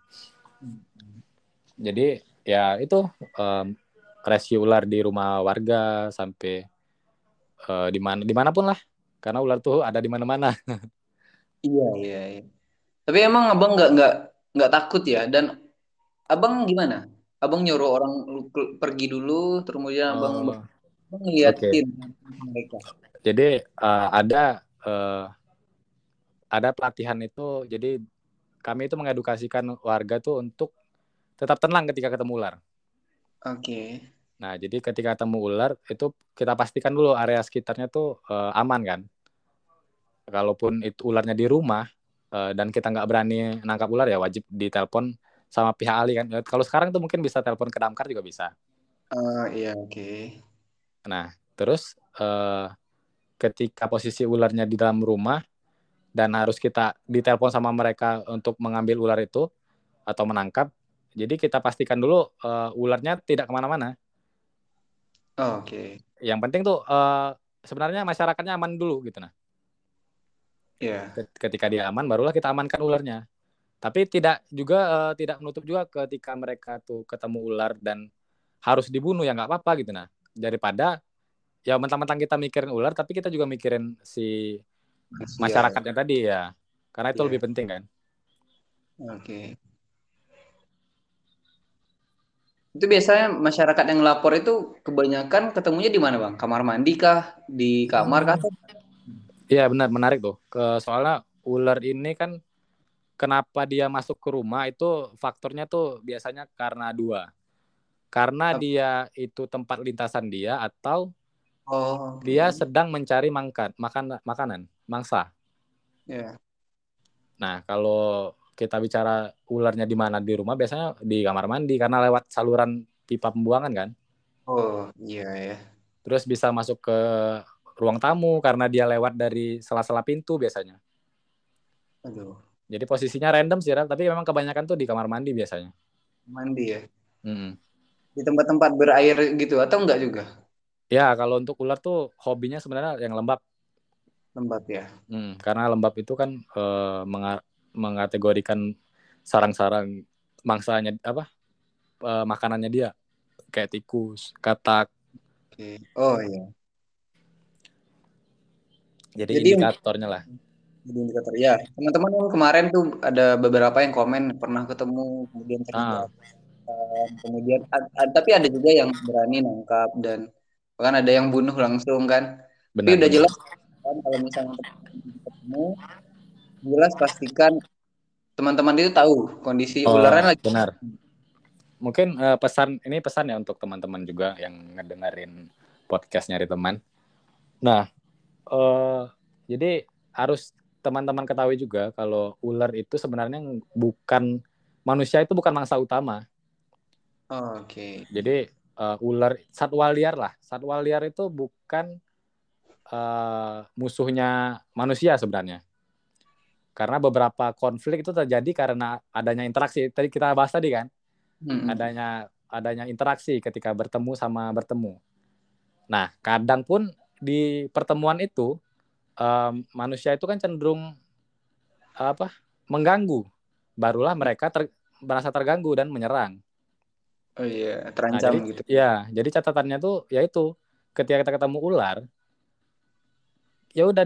Jadi ya itu um, rescue ular di rumah warga sampai dimanapun lah karena ular tuh ada di mana-mana. Iya, iya, iya. Tapi emang abang nggak takut ya? Dan abang gimana? Abang nyuruh orang pergi dulu, terus kemudian Oh, abang oke. ngeliatin mereka. Jadi uh, ada pelatihan itu. Jadi kami itu mengedukasikan warga tuh untuk tetap tenang ketika ketemu ular. Oke. Nah, jadi ketika ketemu ular itu kita pastikan dulu area sekitarnya tuh aman kan. Kalaupun itu ularnya di rumah dan kita nggak berani nangkap ular ya wajib ditelepon sama pihak ahli kan. Kalau sekarang tuh mungkin bisa telepon ke damkar juga bisa. Iya, oke. Nah, terus ketika posisi ularnya di dalam rumah dan harus kita ditelepon sama mereka untuk mengambil ular itu atau menangkap, jadi kita pastikan dulu ularnya tidak kemana-mana. Oke. Yang penting tuh sebenarnya masyarakatnya aman dulu gitu nah. Iya. Ketika dia aman, barulah kita amankan ularnya. Tapi tidak menutup juga ketika mereka tuh ketemu ular dan harus dibunuh ya nggak apa-apa gitu nah. Daripada ya mentang-mentang kita mikirin ular tapi kita juga mikirin si Manusia. masyarakatnya tadi ya. Karena itu Iya. lebih penting kan. Oke. Itu biasanya masyarakat yang lapor itu kebanyakan ketemunya di mana, Bang? Kamar mandi kah? Di kamar kah? Iya benar menarik tuh. Soalnya ular ini kan kenapa dia masuk ke rumah itu faktornya tuh biasanya karena dua. Karena dia itu tempat lintasan dia atau Oh, dia oke. sedang mencari makanan, mangsa. Ya. Nah, kalau kita bicara ularnya di mana di rumah, biasanya di kamar mandi karena lewat saluran pipa pembuangan kan. Oh, iya ya. Terus bisa masuk ke ruang tamu karena dia lewat dari sela-sela pintu biasanya. Aduh, Jadi posisinya random sih, tapi memang kebanyakan tuh di kamar mandi biasanya. mandi ya. Hmm. Di tempat-tempat berair gitu atau enggak juga? Ya, kalau untuk ular tuh hobinya sebenarnya yang lembab. Lembab ya. Karena lembab itu kan mengategorikan sarang-sarang mangsanya apa makanannya dia kayak tikus, katak. Oke. Oh iya. Jadi Jadi indikatornya lah. jadi indikator ya. Teman-teman kan kemarin tuh ada beberapa yang komen pernah ketemu kemudian Ah, teriak. Kemudian tapi ada juga yang berani nangkap dan bahkan ada yang bunuh langsung kan. Tapi udah benar-benar. jelas kan kalau misalnya ketemu jelas pastikan teman-teman itu tahu kondisi ularnya Oh, lagi. benar. Mungkin pesan ya untuk teman-teman juga yang ngedengerin podcast nyari teman. Nah, eh, jadi harus teman-teman ketahui juga kalau ular itu sebenarnya bukan manusia itu bukan mangsa utama. Oke. Jadi ular satwa liar lah. Satwa liar itu bukan musuhnya manusia sebenarnya. Karena beberapa konflik itu terjadi karena adanya interaksi. Tadi kita bahas tadi kan, Mm-mm. adanya interaksi ketika bertemu. Nah, kadang pun di pertemuan itu manusia itu kan cenderung apa? Mengganggu. Barulah mereka merasa terganggu dan menyerang. Oh iya, Nah, terancam gitu. jadi catatannya tuh yaitu ketika kita ketemu ular, ya udah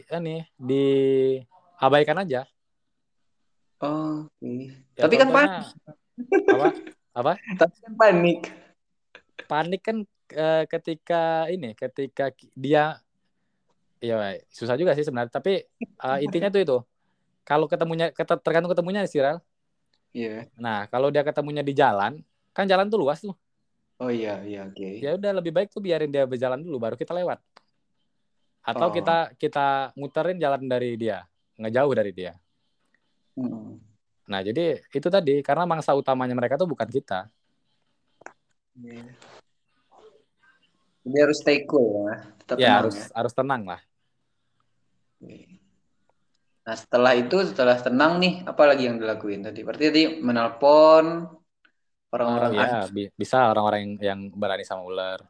diabaikan aja. Oh, oke. Ya Tapi kan contohnya panik. apa apa Tapi kan panik. panik kan ketika dia ya susah juga sih sebenarnya, tapi intinya tuh itu kalau tergantung ketemunya sih Rel. Iya. Nah kalau dia ketemunya di jalan, kan jalan tuh luas tuh, Oh iya, iya, oke. ya udah lebih baik tuh biarin dia berjalan dulu baru kita lewat, atau Oh. kita kita muterin jalan dari dia, ngejauh dari dia. Mm. Nah jadi itu tadi karena mangsa utamanya mereka tuh bukan kita. Iya. Jadi harus stay cool ya, tetap Ya tenang harus ya. harus tenang lah. Oke. Nah setelah itu, setelah tenang nih, apa lagi yang dilakuin tadi? Berarti tadi menelpon orang-orang Ya asli. bisa orang-orang yang berani sama ular.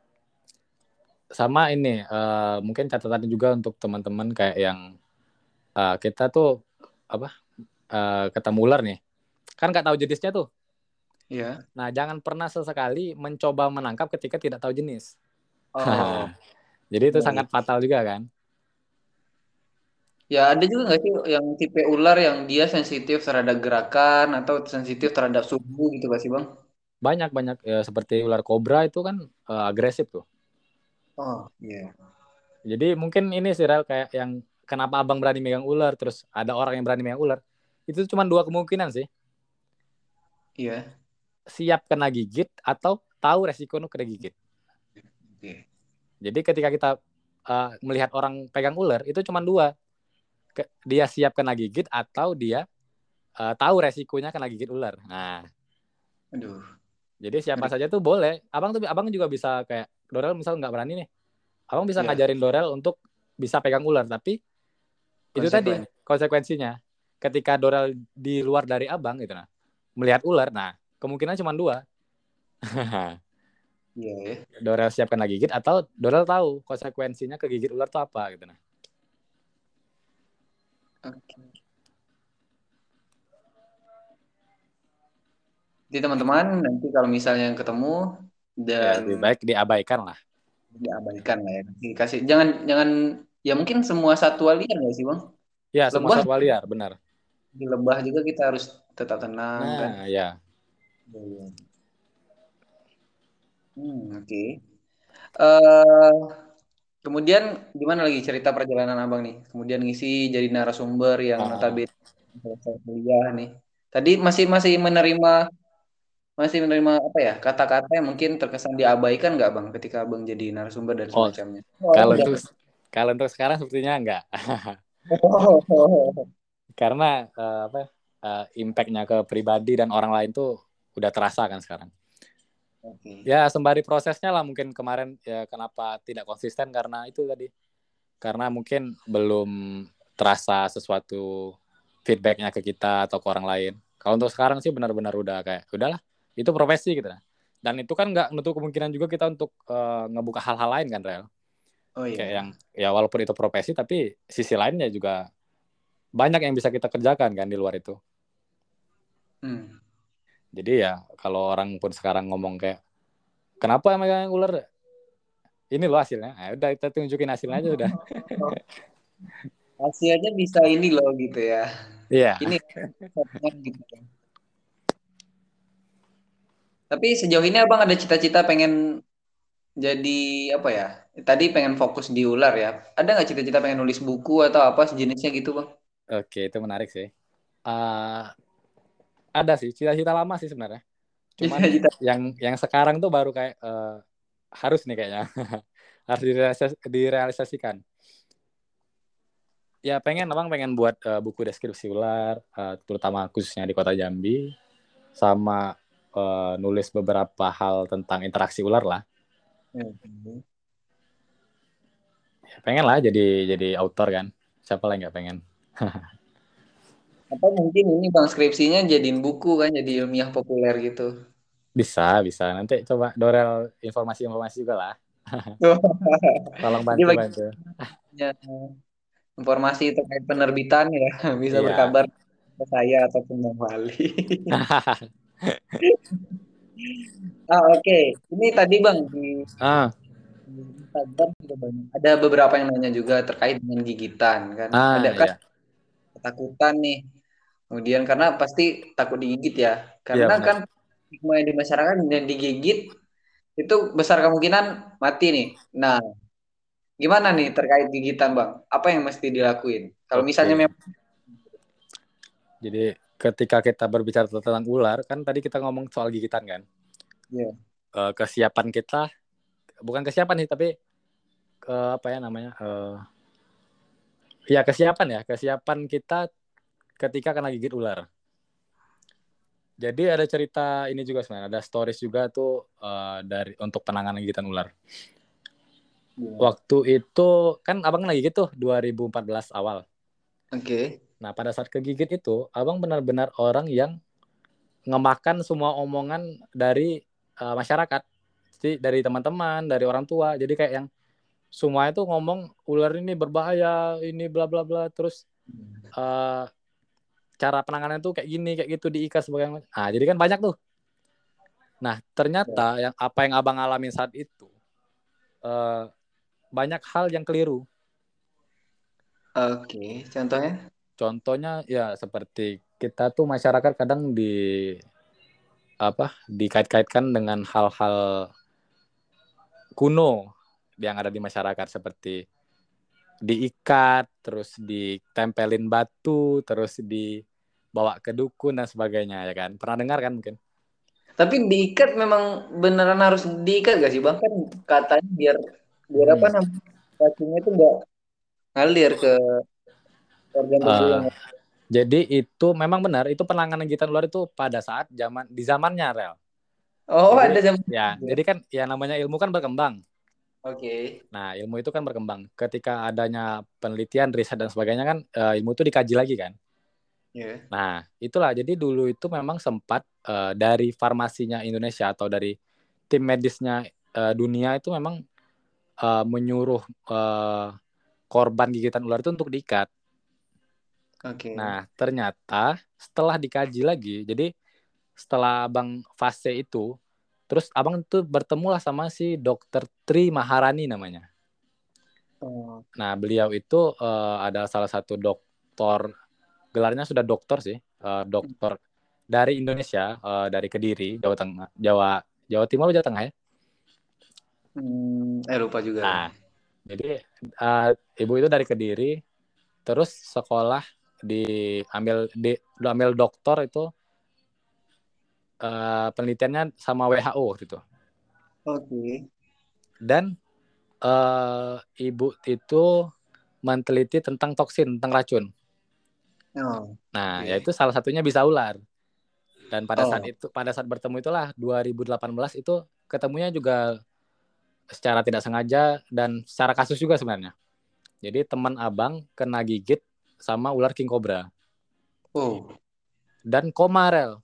Sama ini mungkin catatannya juga untuk teman-teman kayak yang kita tuh apa ketemu ular nih, kan nggak tahu jenisnya tuh. Ya. Nah jangan pernah sesekali mencoba menangkap ketika tidak tahu jenis. Oh, Jadi itu iya, iya. sangat fatal juga kan. Ya ada juga nggak sih yang tipe ular yang dia sensitif terhadap gerakan atau sensitif terhadap suhu gitu gak sih Bang? Banyak banyak seperti ular kobra itu kan agresif tuh. Oh iya. Jadi mungkin ini sih Rel, kayak yang kenapa abang berani megang ular terus ada orang yang berani megang ular, itu cuma dua kemungkinan sih, Iya. siap kena gigit atau tahu resiko nu kena gigit. Oke. Jadi ketika kita melihat orang pegang ular itu cuma dua, dia siap kena gigit atau dia tahu resikonya kena gigit ular. Nah, Aduh. jadi siapa Ngeri. saja tuh boleh. Abang juga bisa kayak Dorel misal nggak berani nih, abang bisa Ya, ngajarin Dorel untuk bisa pegang ular. Tapi itu tadi konsekuen. konsekuensinya. Ketika Dorel di luar dari abang gitu, nah melihat ular, nah kemungkinan cuma dua. Iya ya. Dorel siap kena gigit atau Dorel tahu konsekuensinya kegigit ular tuh apa gitu nah. Oke. Jadi teman-teman nanti kalau misalnya ketemu Ya dan lebih baik diabaikan lah. diabaikan lah ya. Dikasih jangan jangan ya mungkin semua satwa liar nggak sih Bang? Ya semua Lebah, satwa liar benar. di lebah juga kita harus tetap tenang kan. Nah ya. Iya, iya. Oke. eh Kemudian gimana lagi cerita perjalanan abang nih? Kemudian ngisi jadi narasumber yang Ah, notabene selesai kuliah nih. Tadi masih menerima apa ya kata-kata yang mungkin terkesan diabaikan nggak bang ketika abang jadi narasumber dan oh semacamnya? Oh, kalau udah. untuk kalau untuk sekarang sepertinya enggak. Karena apa impact-nya ke pribadi dan orang lain tuh udah terasa kan sekarang. Oke. Ya sembari prosesnya lah mungkin kemarin ya kenapa tidak konsisten karena itu tadi. Karena mungkin belum terasa sesuatu feedbacknya ke kita atau ke orang lain. Kalau untuk sekarang sih benar-benar udah kayak udahlah itu profesi gitu nah. Dan itu kan nggak menutup kemungkinan juga kita untuk ngebuka hal-hal lain kan Rel. Oh Kayak yang iya. ya walaupun itu profesi tapi sisi lainnya juga banyak yang bisa kita kerjakan kan di luar itu. Hmm. Jadi ya kalau orang pun sekarang ngomong kayak kenapa megang ular, ini loh hasilnya. Nah, udah kita tunjukin hasilnya aja udah. Hasilnya bisa ini loh gitu ya. Iya. Ini gitu. Tapi sejauh ini abang ada cita-cita pengen jadi apa ya? Tadi pengen fokus di ular ya. Ada nggak cita-cita pengen nulis buku atau apa sejenisnya gitu bang? Oke, itu menarik sih. Uh, ada sih cita-cita lama sih sebenarnya. Cuman Cita-cita. yang sekarang tuh baru kayak harus nih kayaknya harus direalisasikan. Ya pengen, abang pengen buat buku deskripsi ular, terutama khususnya di kota Jambi, sama nulis beberapa hal tentang interaksi ular lah. Ya, pengen lah jadi autor kan. Siapa lah yang nggak pengen? Atau mungkin ini bang skripsinya jadiin buku kan, jadi ilmiah populer gitu. Bisa, bisa. Nanti coba Dorel informasi-informasi juga lah. Tolong Jadi bantu-bantu. baginya informasi terkait penerbitan ya bisa Iya. berkabar ke saya ataupun Bang Wali. Oke. Ini tadi bang di Ah, Instagram juga banyak. Ada beberapa yang nanya juga terkait dengan gigitan kan. Ada Ah, kan iya. ketakutan nih. Kemudian karena pasti takut digigit ya. Iya Karena benar. kan stigma yang di masyarakat dan digigit itu besar kemungkinan mati nih. Nah, gimana nih terkait gigitan, Bang? Apa yang mesti dilakuin? Kalau misalnya Oke. memang Jadi ketika kita berbicara tentang ular, kan tadi kita ngomong soal gigitan kan. ya, Kesiapan kita, bukan kesiapan sih, tapi apa ya namanya? Ya kesiapan kita ketika kena gigit ular. Jadi ada cerita ini juga sebenarnya, ada stories juga tuh dari untuk penanganan gigitan ular. gimana? Waktu itu kan abang lagi gitu 2014 awal. Oke. Nah pada saat kegigit itu abang benar-benar orang yang ngemakan semua omongan dari masyarakat, jadi dari teman-teman, dari orang tua. Jadi kayak yang semua itu ngomong ular ini berbahaya, ini bla bla bla. Terus uh, cara penanganan itu kayak gini, kayak gitu diikat sebagai. Nah jadi kan banyak tuh. Nah Ya. ternyata yang apa yang abang alamin saat itu uh, banyak hal yang keliru. Oke, contohnya? Contohnya ya seperti kita tuh masyarakat kadang dikait-kaitkan dengan hal-hal kuno yang ada di masyarakat seperti diikat, terus ditempelin batu, terus dibawa ke dukun dan sebagainya ya kan. Pernah dengar kan mungkin? Tapi diikat memang beneran harus diikat gak sih, Bang? Kan katanya biar biar apa Hmm. namanya? Racunnya itu nggak ngalir ke organ tubuh Uh, yang jadi itu memang benar itu penanganan gigitan ular itu pada saat di zamannya rel. oh Jadi ada jam ya, juga. jadi kan ya namanya ilmu kan berkembang. Oke. Nah, ilmu itu kan berkembang. Ketika adanya penelitian, riset dan sebagainya kan ilmu itu dikaji lagi kan. Ya. Nah, itulah. Jadi dulu itu memang sempat dari farmasinya Indonesia atau dari tim medisnya dunia itu memang menyuruh korban gigitan ular itu untuk diikat. Oke. Nah, ternyata setelah dikaji lagi, jadi setelah abang fase itu, terus abang tuh bertemulah sama si dokter Tri Maharani namanya. Oh, Nah, beliau itu adalah salah satu dokter, gelarnya sudah dokter sih, dokter dari Indonesia, dari Kediri, Jawa Tengah, Jawa Timur, Jawa Tengah ya. lupa juga ya. Nah, jadi uh, ibu itu dari Kediri, terus sekolah diambil dokter itu penelitiannya sama WHO gitu. Oke. Dan ibu itu meneliti tentang toksin, tentang racun. Oh, Nah, oke. yaitu salah satunya bisa ular. Dan Oh, pada saat bertemu itulah 2018 itu ketemunya juga secara tidak sengaja dan secara kasus juga sebenarnya. Jadi teman abang kena gigit sama ular king cobra oh, dan koma rel.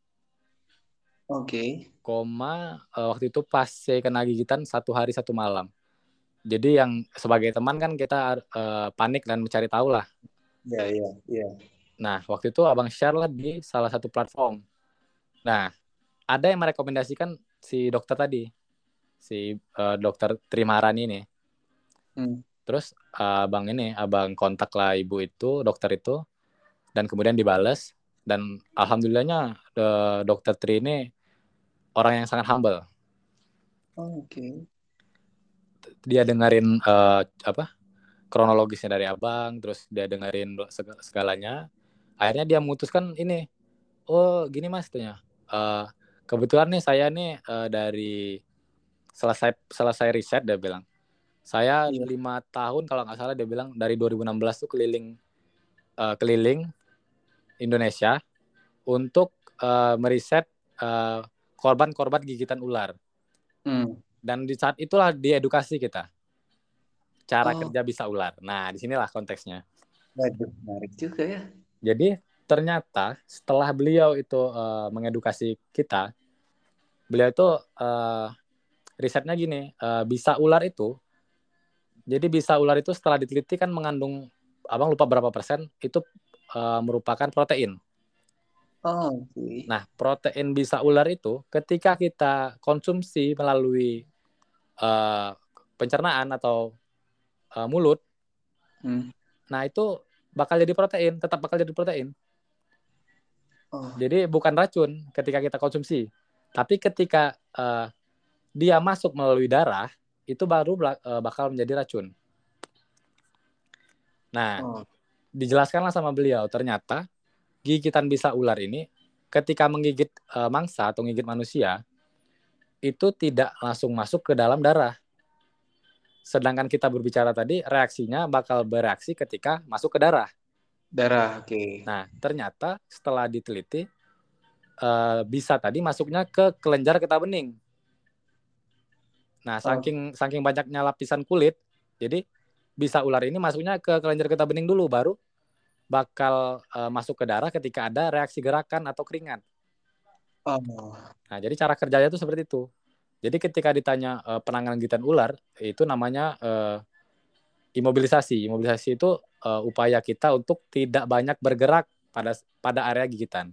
oke. Koma waktu itu pas saya kena gigitan 1 hari 1 malam. Jadi yang sebagai teman kan kita panik dan mencari tahu lah. Ya, ya, ya. Nah, waktu itu abang share lah di salah satu platform. Nah, ada yang merekomendasikan si dokter tadi, si dokter Trimaran ini. Hmm. Terus abang kontak lah ibu itu, dokter itu, dan kemudian dibales. Dan alhamdulillahnya dokter Tri ini orang yang sangat humble. Oke. Dia dengerin kronologisnya dari abang, terus dia dengerin segalanya. Akhirnya dia memutuskan ini, oh gini mas, tuhnya. Kebetulan nih saya nih dari selesai riset dia bilang. Saya Iya. 5 tahun kalau nggak salah dia bilang dari 2016 tuh keliling Indonesia untuk meriset uh, korban-korban gigitan ular. Hmm. Dan di saat itulah diedukasi kita cara Oh, kerja bisa ular. Nah, disinilah konteksnya. waduh, menarik juga ya. Jadi ternyata setelah beliau itu mengedukasi kita, beliau itu risetnya gini, bisa ular itu setelah diteliti kan mengandung, abang lupa berapa persen, itu merupakan protein. Oh, oke. Nah, protein bisa ular itu ketika kita konsumsi melalui uh, pencernaan atau mulut, nah itu bakal jadi protein, tetap bakal jadi protein. Jadi bukan racun ketika kita konsumsi, tapi ketika dia masuk melalui darah, itu baru bakal menjadi racun. Nah, dijelaskanlah sama beliau, ternyata gigitan bisa ular ini ketika menggigit mangsa atau menggigit manusia, itu tidak langsung masuk ke dalam darah. Sedangkan kita berbicara tadi, reaksinya bakal bereaksi ketika masuk ke darah. Darah, oke. Nah, ternyata setelah diteliti, bisa tadi masuknya ke kelenjar getah bening. Nah, saking banyaknya lapisan kulit, jadi bisa ular ini masuknya ke kelenjar getah bening dulu, baru bakal masuk ke darah ketika ada reaksi gerakan atau keringat. Nah, jadi cara kerjanya itu seperti itu. Jadi ketika ditanya penanganan gigitan ular, itu namanya imobilisasi. Imobilisasi itu upaya kita untuk tidak banyak bergerak pada area gigitan.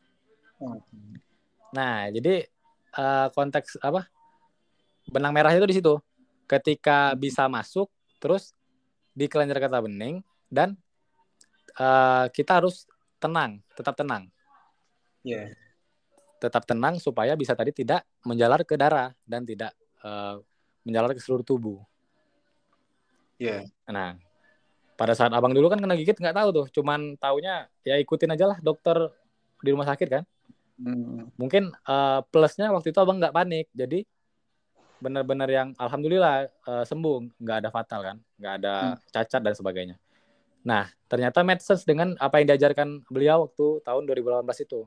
Nah, jadi konteks benang merah itu di situ. Ketika bisa masuk, terus di kelenjar getah bening, dan kita harus tenang, tetap tenang. Yeah. Tetap tenang supaya bisa tadi tidak menjalar ke darah dan tidak menjalar ke seluruh tubuh. Yeah. Nah, pada saat abang dulu kan kena gigit nggak tahu tuh, cuman taunya ya ikutin aja lah dokter di rumah sakit kan. Mungkin plusnya waktu itu abang nggak panik, jadi benar-benar yang alhamdulillah sembuh, nggak ada fatal kan, nggak ada cacat dan sebagainya. Nah, ternyata make sense dengan apa yang diajarkan beliau waktu tahun 2018 itu.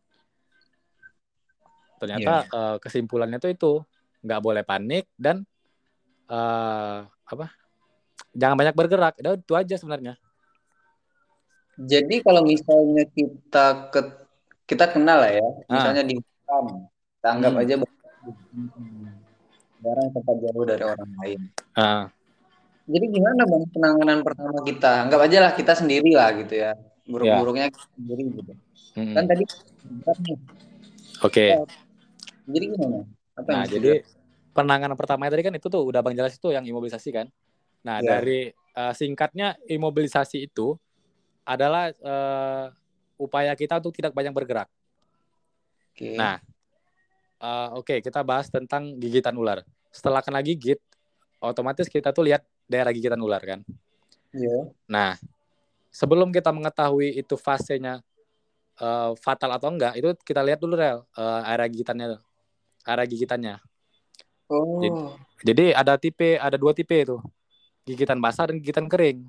Ternyata kesimpulannya tuh itu, nggak boleh panik dan jangan banyak bergerak. Udah itu aja sebenarnya. Jadi kalau misalnya kita kenal lah ya, misalnya di hutan, kita anggap aja barang tempat jauh dari orang lain. Jadi gimana bang penanganan pertama kita? Anggap aja lah kita sendiri lah gitu ya, buruk-buruknya kita sendiri gitu. Kan tadi nih. Oke. Jadi gimana? Apa nah, jadi penanganan pertama tadi kan itu tuh udah bang jelas itu yang imobilisasi kan. Nah, dari singkatnya imobilisasi itu adalah upaya kita untuk tidak banyak bergerak. Nah, oke, kita bahas tentang gigitan ular. Setelah kena gigit, otomatis kita tuh lihat daerah gigitan ular kan. Nah, sebelum kita mengetahui itu fasenya fatal atau enggak, itu kita lihat dulu area gigitannya. Jadi ada dua tipe itu, gigitan basah dan gigitan kering.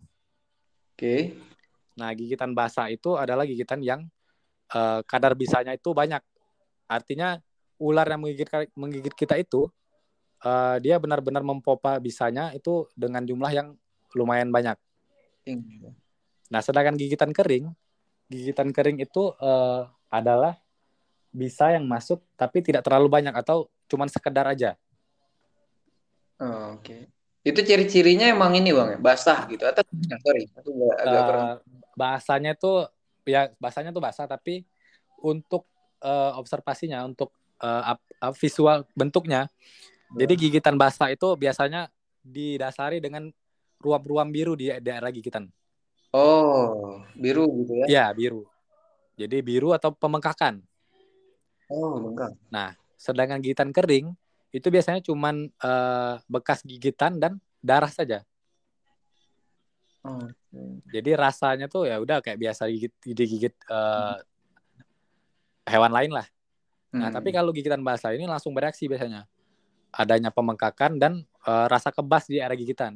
Nah, gigitan basah itu adalah gigitan yang kadar bisanya itu banyak. Artinya ular yang menggigit kita itu dia benar-benar mempopa bisanya itu dengan jumlah yang lumayan banyak. Nah, sedangkan gigitan kering itu adalah bisa yang masuk tapi tidak terlalu banyak atau cuman sekedar aja. Itu ciri-cirinya emang ini bang, basah gitu atau sorry, aku agak kurang. Bahasanya tuh basah, tapi untuk observasinya, untuk visual bentuknya, jadi gigitan basah itu biasanya didasari dengan ruam-ruam biru di daerah gigitan. Biru gitu ya? Iya, biru. Jadi biru atau pemengkakan. Bengkak. Nah, sedangkan gigitan kering itu biasanya cuman bekas gigitan dan darah saja. Jadi rasanya tuh ya udah kayak biasa digigit hewan lain lah. Nah, tapi kalau gigitan basah ini langsung bereaksi biasanya. Adanya pemengkakan dan rasa kebas di area gigitan.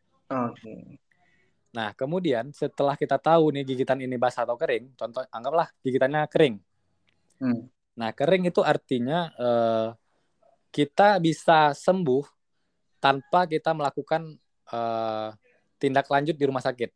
Nah, kemudian setelah kita tahu nih gigitan ini basah atau kering, contoh anggaplah gigitannya kering. Nah, kering itu artinya kita bisa sembuh tanpa kita melakukan tindak lanjut di rumah sakit.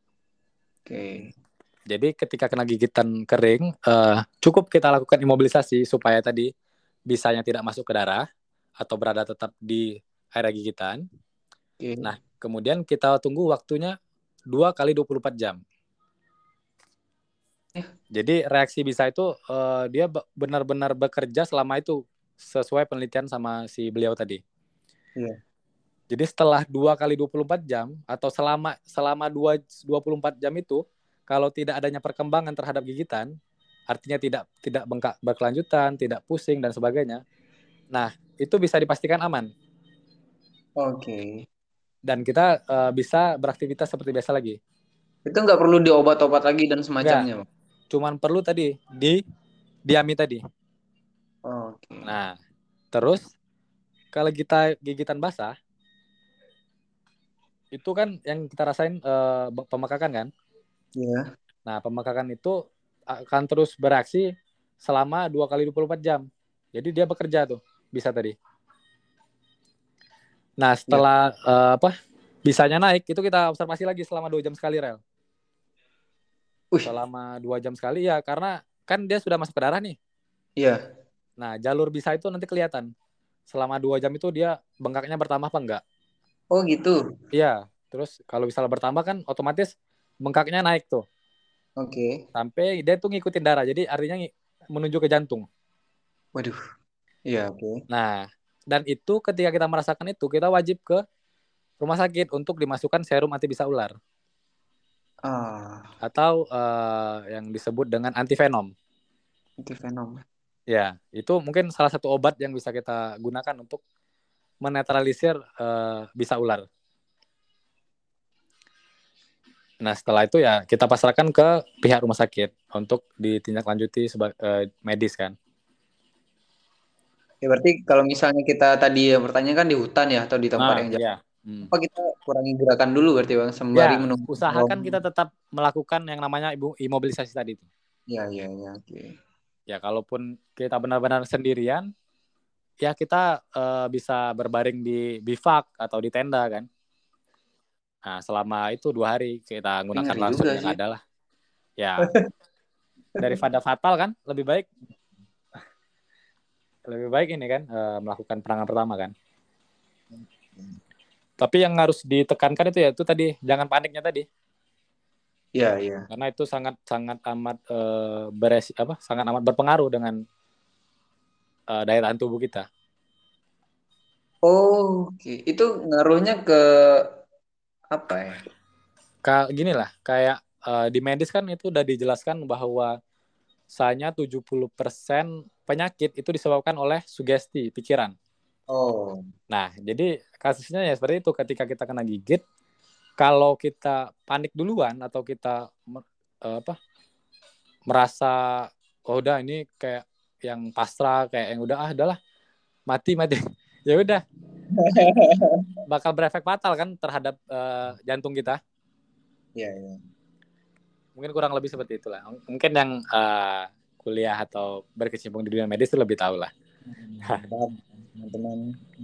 Jadi ketika kena gigitan kering, cukup kita lakukan imobilisasi supaya tadi bisanya tidak masuk ke darah atau berada tetap di area gigitan. Nah, kemudian kita tunggu waktunya 2 kali 24 jam. Jadi reaksi bisa itu dia benar-benar bekerja selama itu sesuai penelitian sama si beliau tadi. Jadi setelah 2 kali 24 jam atau selama 24 jam itu, kalau tidak adanya perkembangan terhadap gigitan, artinya tidak bengkak berkelanjutan, tidak pusing dan sebagainya. Nah, itu bisa dipastikan aman Oke. dan kita bisa beraktivitas seperti biasa lagi. Itu nggak perlu diobat-obat lagi dan Enggak, semacamnya, Bang. cuman perlu tadi diami tadi. Oke. Nah, terus kalau kita gigitan basah, itu kan yang kita rasain pemekakan kan. Ya. Nah, pemekakan itu akan terus bereaksi selama 2 kali 24 jam. Jadi dia bekerja tuh, bisa tadi. Nah, Ya. setelah bisanya naik, itu kita observasi lagi selama 2 jam sekali, Rel. Wih, Selama 2 jam sekali ya, karena kan dia sudah masuk ke darah nih. iya. Nah, jalur bisa itu nanti kelihatan. Selama 2 jam itu dia bengkaknya bertambah apa enggak. Oh gitu. Iya, terus kalau misalnya bertambah kan otomatis bengkaknya naik tuh. Oke. Sampai dia tuh ngikutin darah, jadi artinya menuju ke jantung. Waduh. Iya, oke. Nah, dan itu ketika kita merasakan itu, kita wajib ke rumah sakit untuk dimasukkan serum anti bisa ular Ah, atau yang disebut dengan antivenom. itu fenomena. Ya, itu mungkin salah satu obat yang bisa kita gunakan untuk menetralisir bisa ular. Nah, setelah itu ya kita pasrahkan ke pihak rumah sakit untuk ditindaklanjuti medis kan. Ya berarti kalau misalnya kita tadi yang bertanya kan di hutan ya atau di tempat Nah, yang jauh. iya. Apa kita kurangi gerakan dulu berarti Bang sembari Ya, menunggu. usahakan kita tetap melakukan yang namanya imobilisasi tadi itu. Ya, ya, ya, oke. Ya, kalaupun kita benar-benar sendirian, ya kita bisa berbaring di bivak atau di tenda kan. Nah, selama itu 2 hari kita Tapi gunakan ngeri ransum juga yang sih. ada lah. Ya, daripada fatal kan, lebih baik ini kan melakukan penanganan pertama kan. Tapi yang harus ditekankan itu ya itu tadi jangan paniknya tadi, Iya, iya. karena itu sangat sangat amat sangat amat berpengaruh dengan daya tahan tubuh kita. Oke, itu ngaruhnya ke apa ya? Gini lah, kayak di medis kan itu udah dijelaskan bahwa misalnya 70% penyakit itu disebabkan oleh sugesti pikiran. Oh, Nah, jadi kasusnya ya seperti itu ketika kita kena gigit, kalau kita panik duluan atau kita merasa oh udah ini kayak yang pasrah kayak yang udah udahlah mati mati ya udah bakal berefek fatal kan terhadap jantung kita. iya, iya. Mungkin kurang lebih seperti itulah. Mungkin yang kuliah atau berkecimpung di dunia medis itu lebih tahu lah. Paham, teman-teman.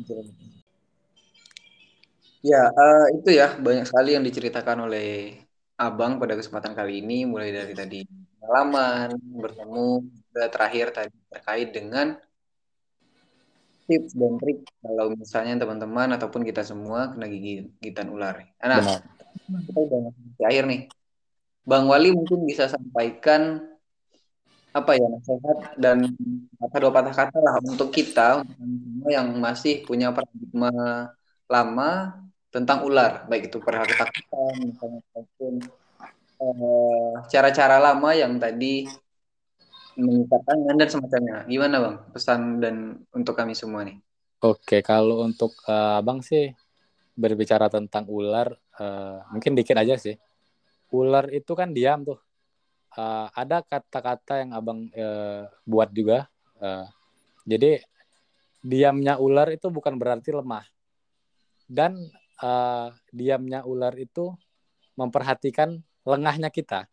Ya, itu ya banyak sekali yang diceritakan oleh Abang pada kesempatan kali ini, mulai dari tadi pengalaman bertemu, juga terakhir tadi terkait dengan tips dan trik kalau misalnya teman-teman ataupun kita semua kena gigitan ular. Nah, Benar. kita udah masuk di akhir nih. Bang Wali mungkin bisa sampaikan apa ya nasihat dan kata dua patah kata lah untuk kita untuk kami semua yang masih punya paradigma lama tentang ular, baik itu pernah ketakutan misalnya ataupun cara-cara lama yang tadi mengikat tangan dan semacamnya. Gimana Bang? Pesan dan untuk kami semua nih. Oke, kalau untuk abang sih berbicara tentang ular mungkin dikit aja sih. Ular itu kan diam tuh. Ada kata-kata yang abang buat juga. Jadi diamnya ular itu bukan berarti lemah. Dan diamnya ular itu memperhatikan lengahnya kita.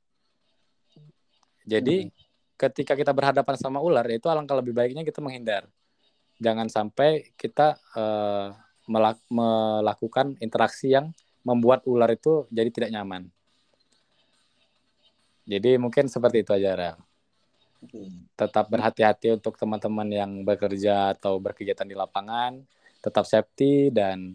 Jadi Hmm. ketika kita berhadapan sama ular itu alangkah lebih baiknya kita menghindar. Jangan sampai kita melakukan interaksi yang membuat ular itu jadi tidak nyaman. Jadi mungkin seperti itu aja, Rel. Tetap berhati-hati untuk teman-teman yang bekerja atau berkegiatan di lapangan, tetap safety dan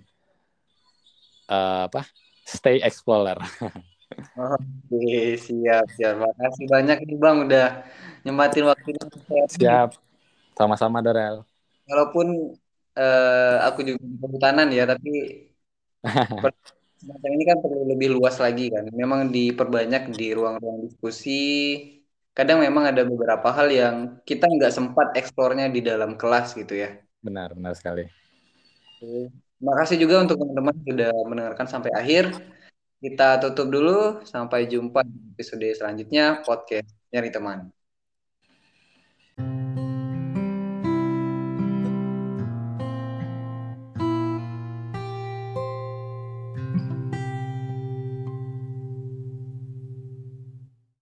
stay explorer. Oke, siap, siap. Makasih banyak nih Bang udah nyempatin waktunya untuk sharing nih. Siap, sama-sama, Dorel. Walaupun aku juga di kehutanan ya, tapi Semacam ini kan perlu lebih luas lagi kan. Memang diperbanyak di ruang-ruang diskusi. Kadang memang ada beberapa hal yang kita nggak sempat eksplornya di dalam kelas gitu ya. Benar, benar sekali. Oke. Terima kasih juga untuk teman-teman yang sudah mendengarkan sampai akhir. Kita tutup dulu. Sampai jumpa di episode selanjutnya podcast Nyari Teman.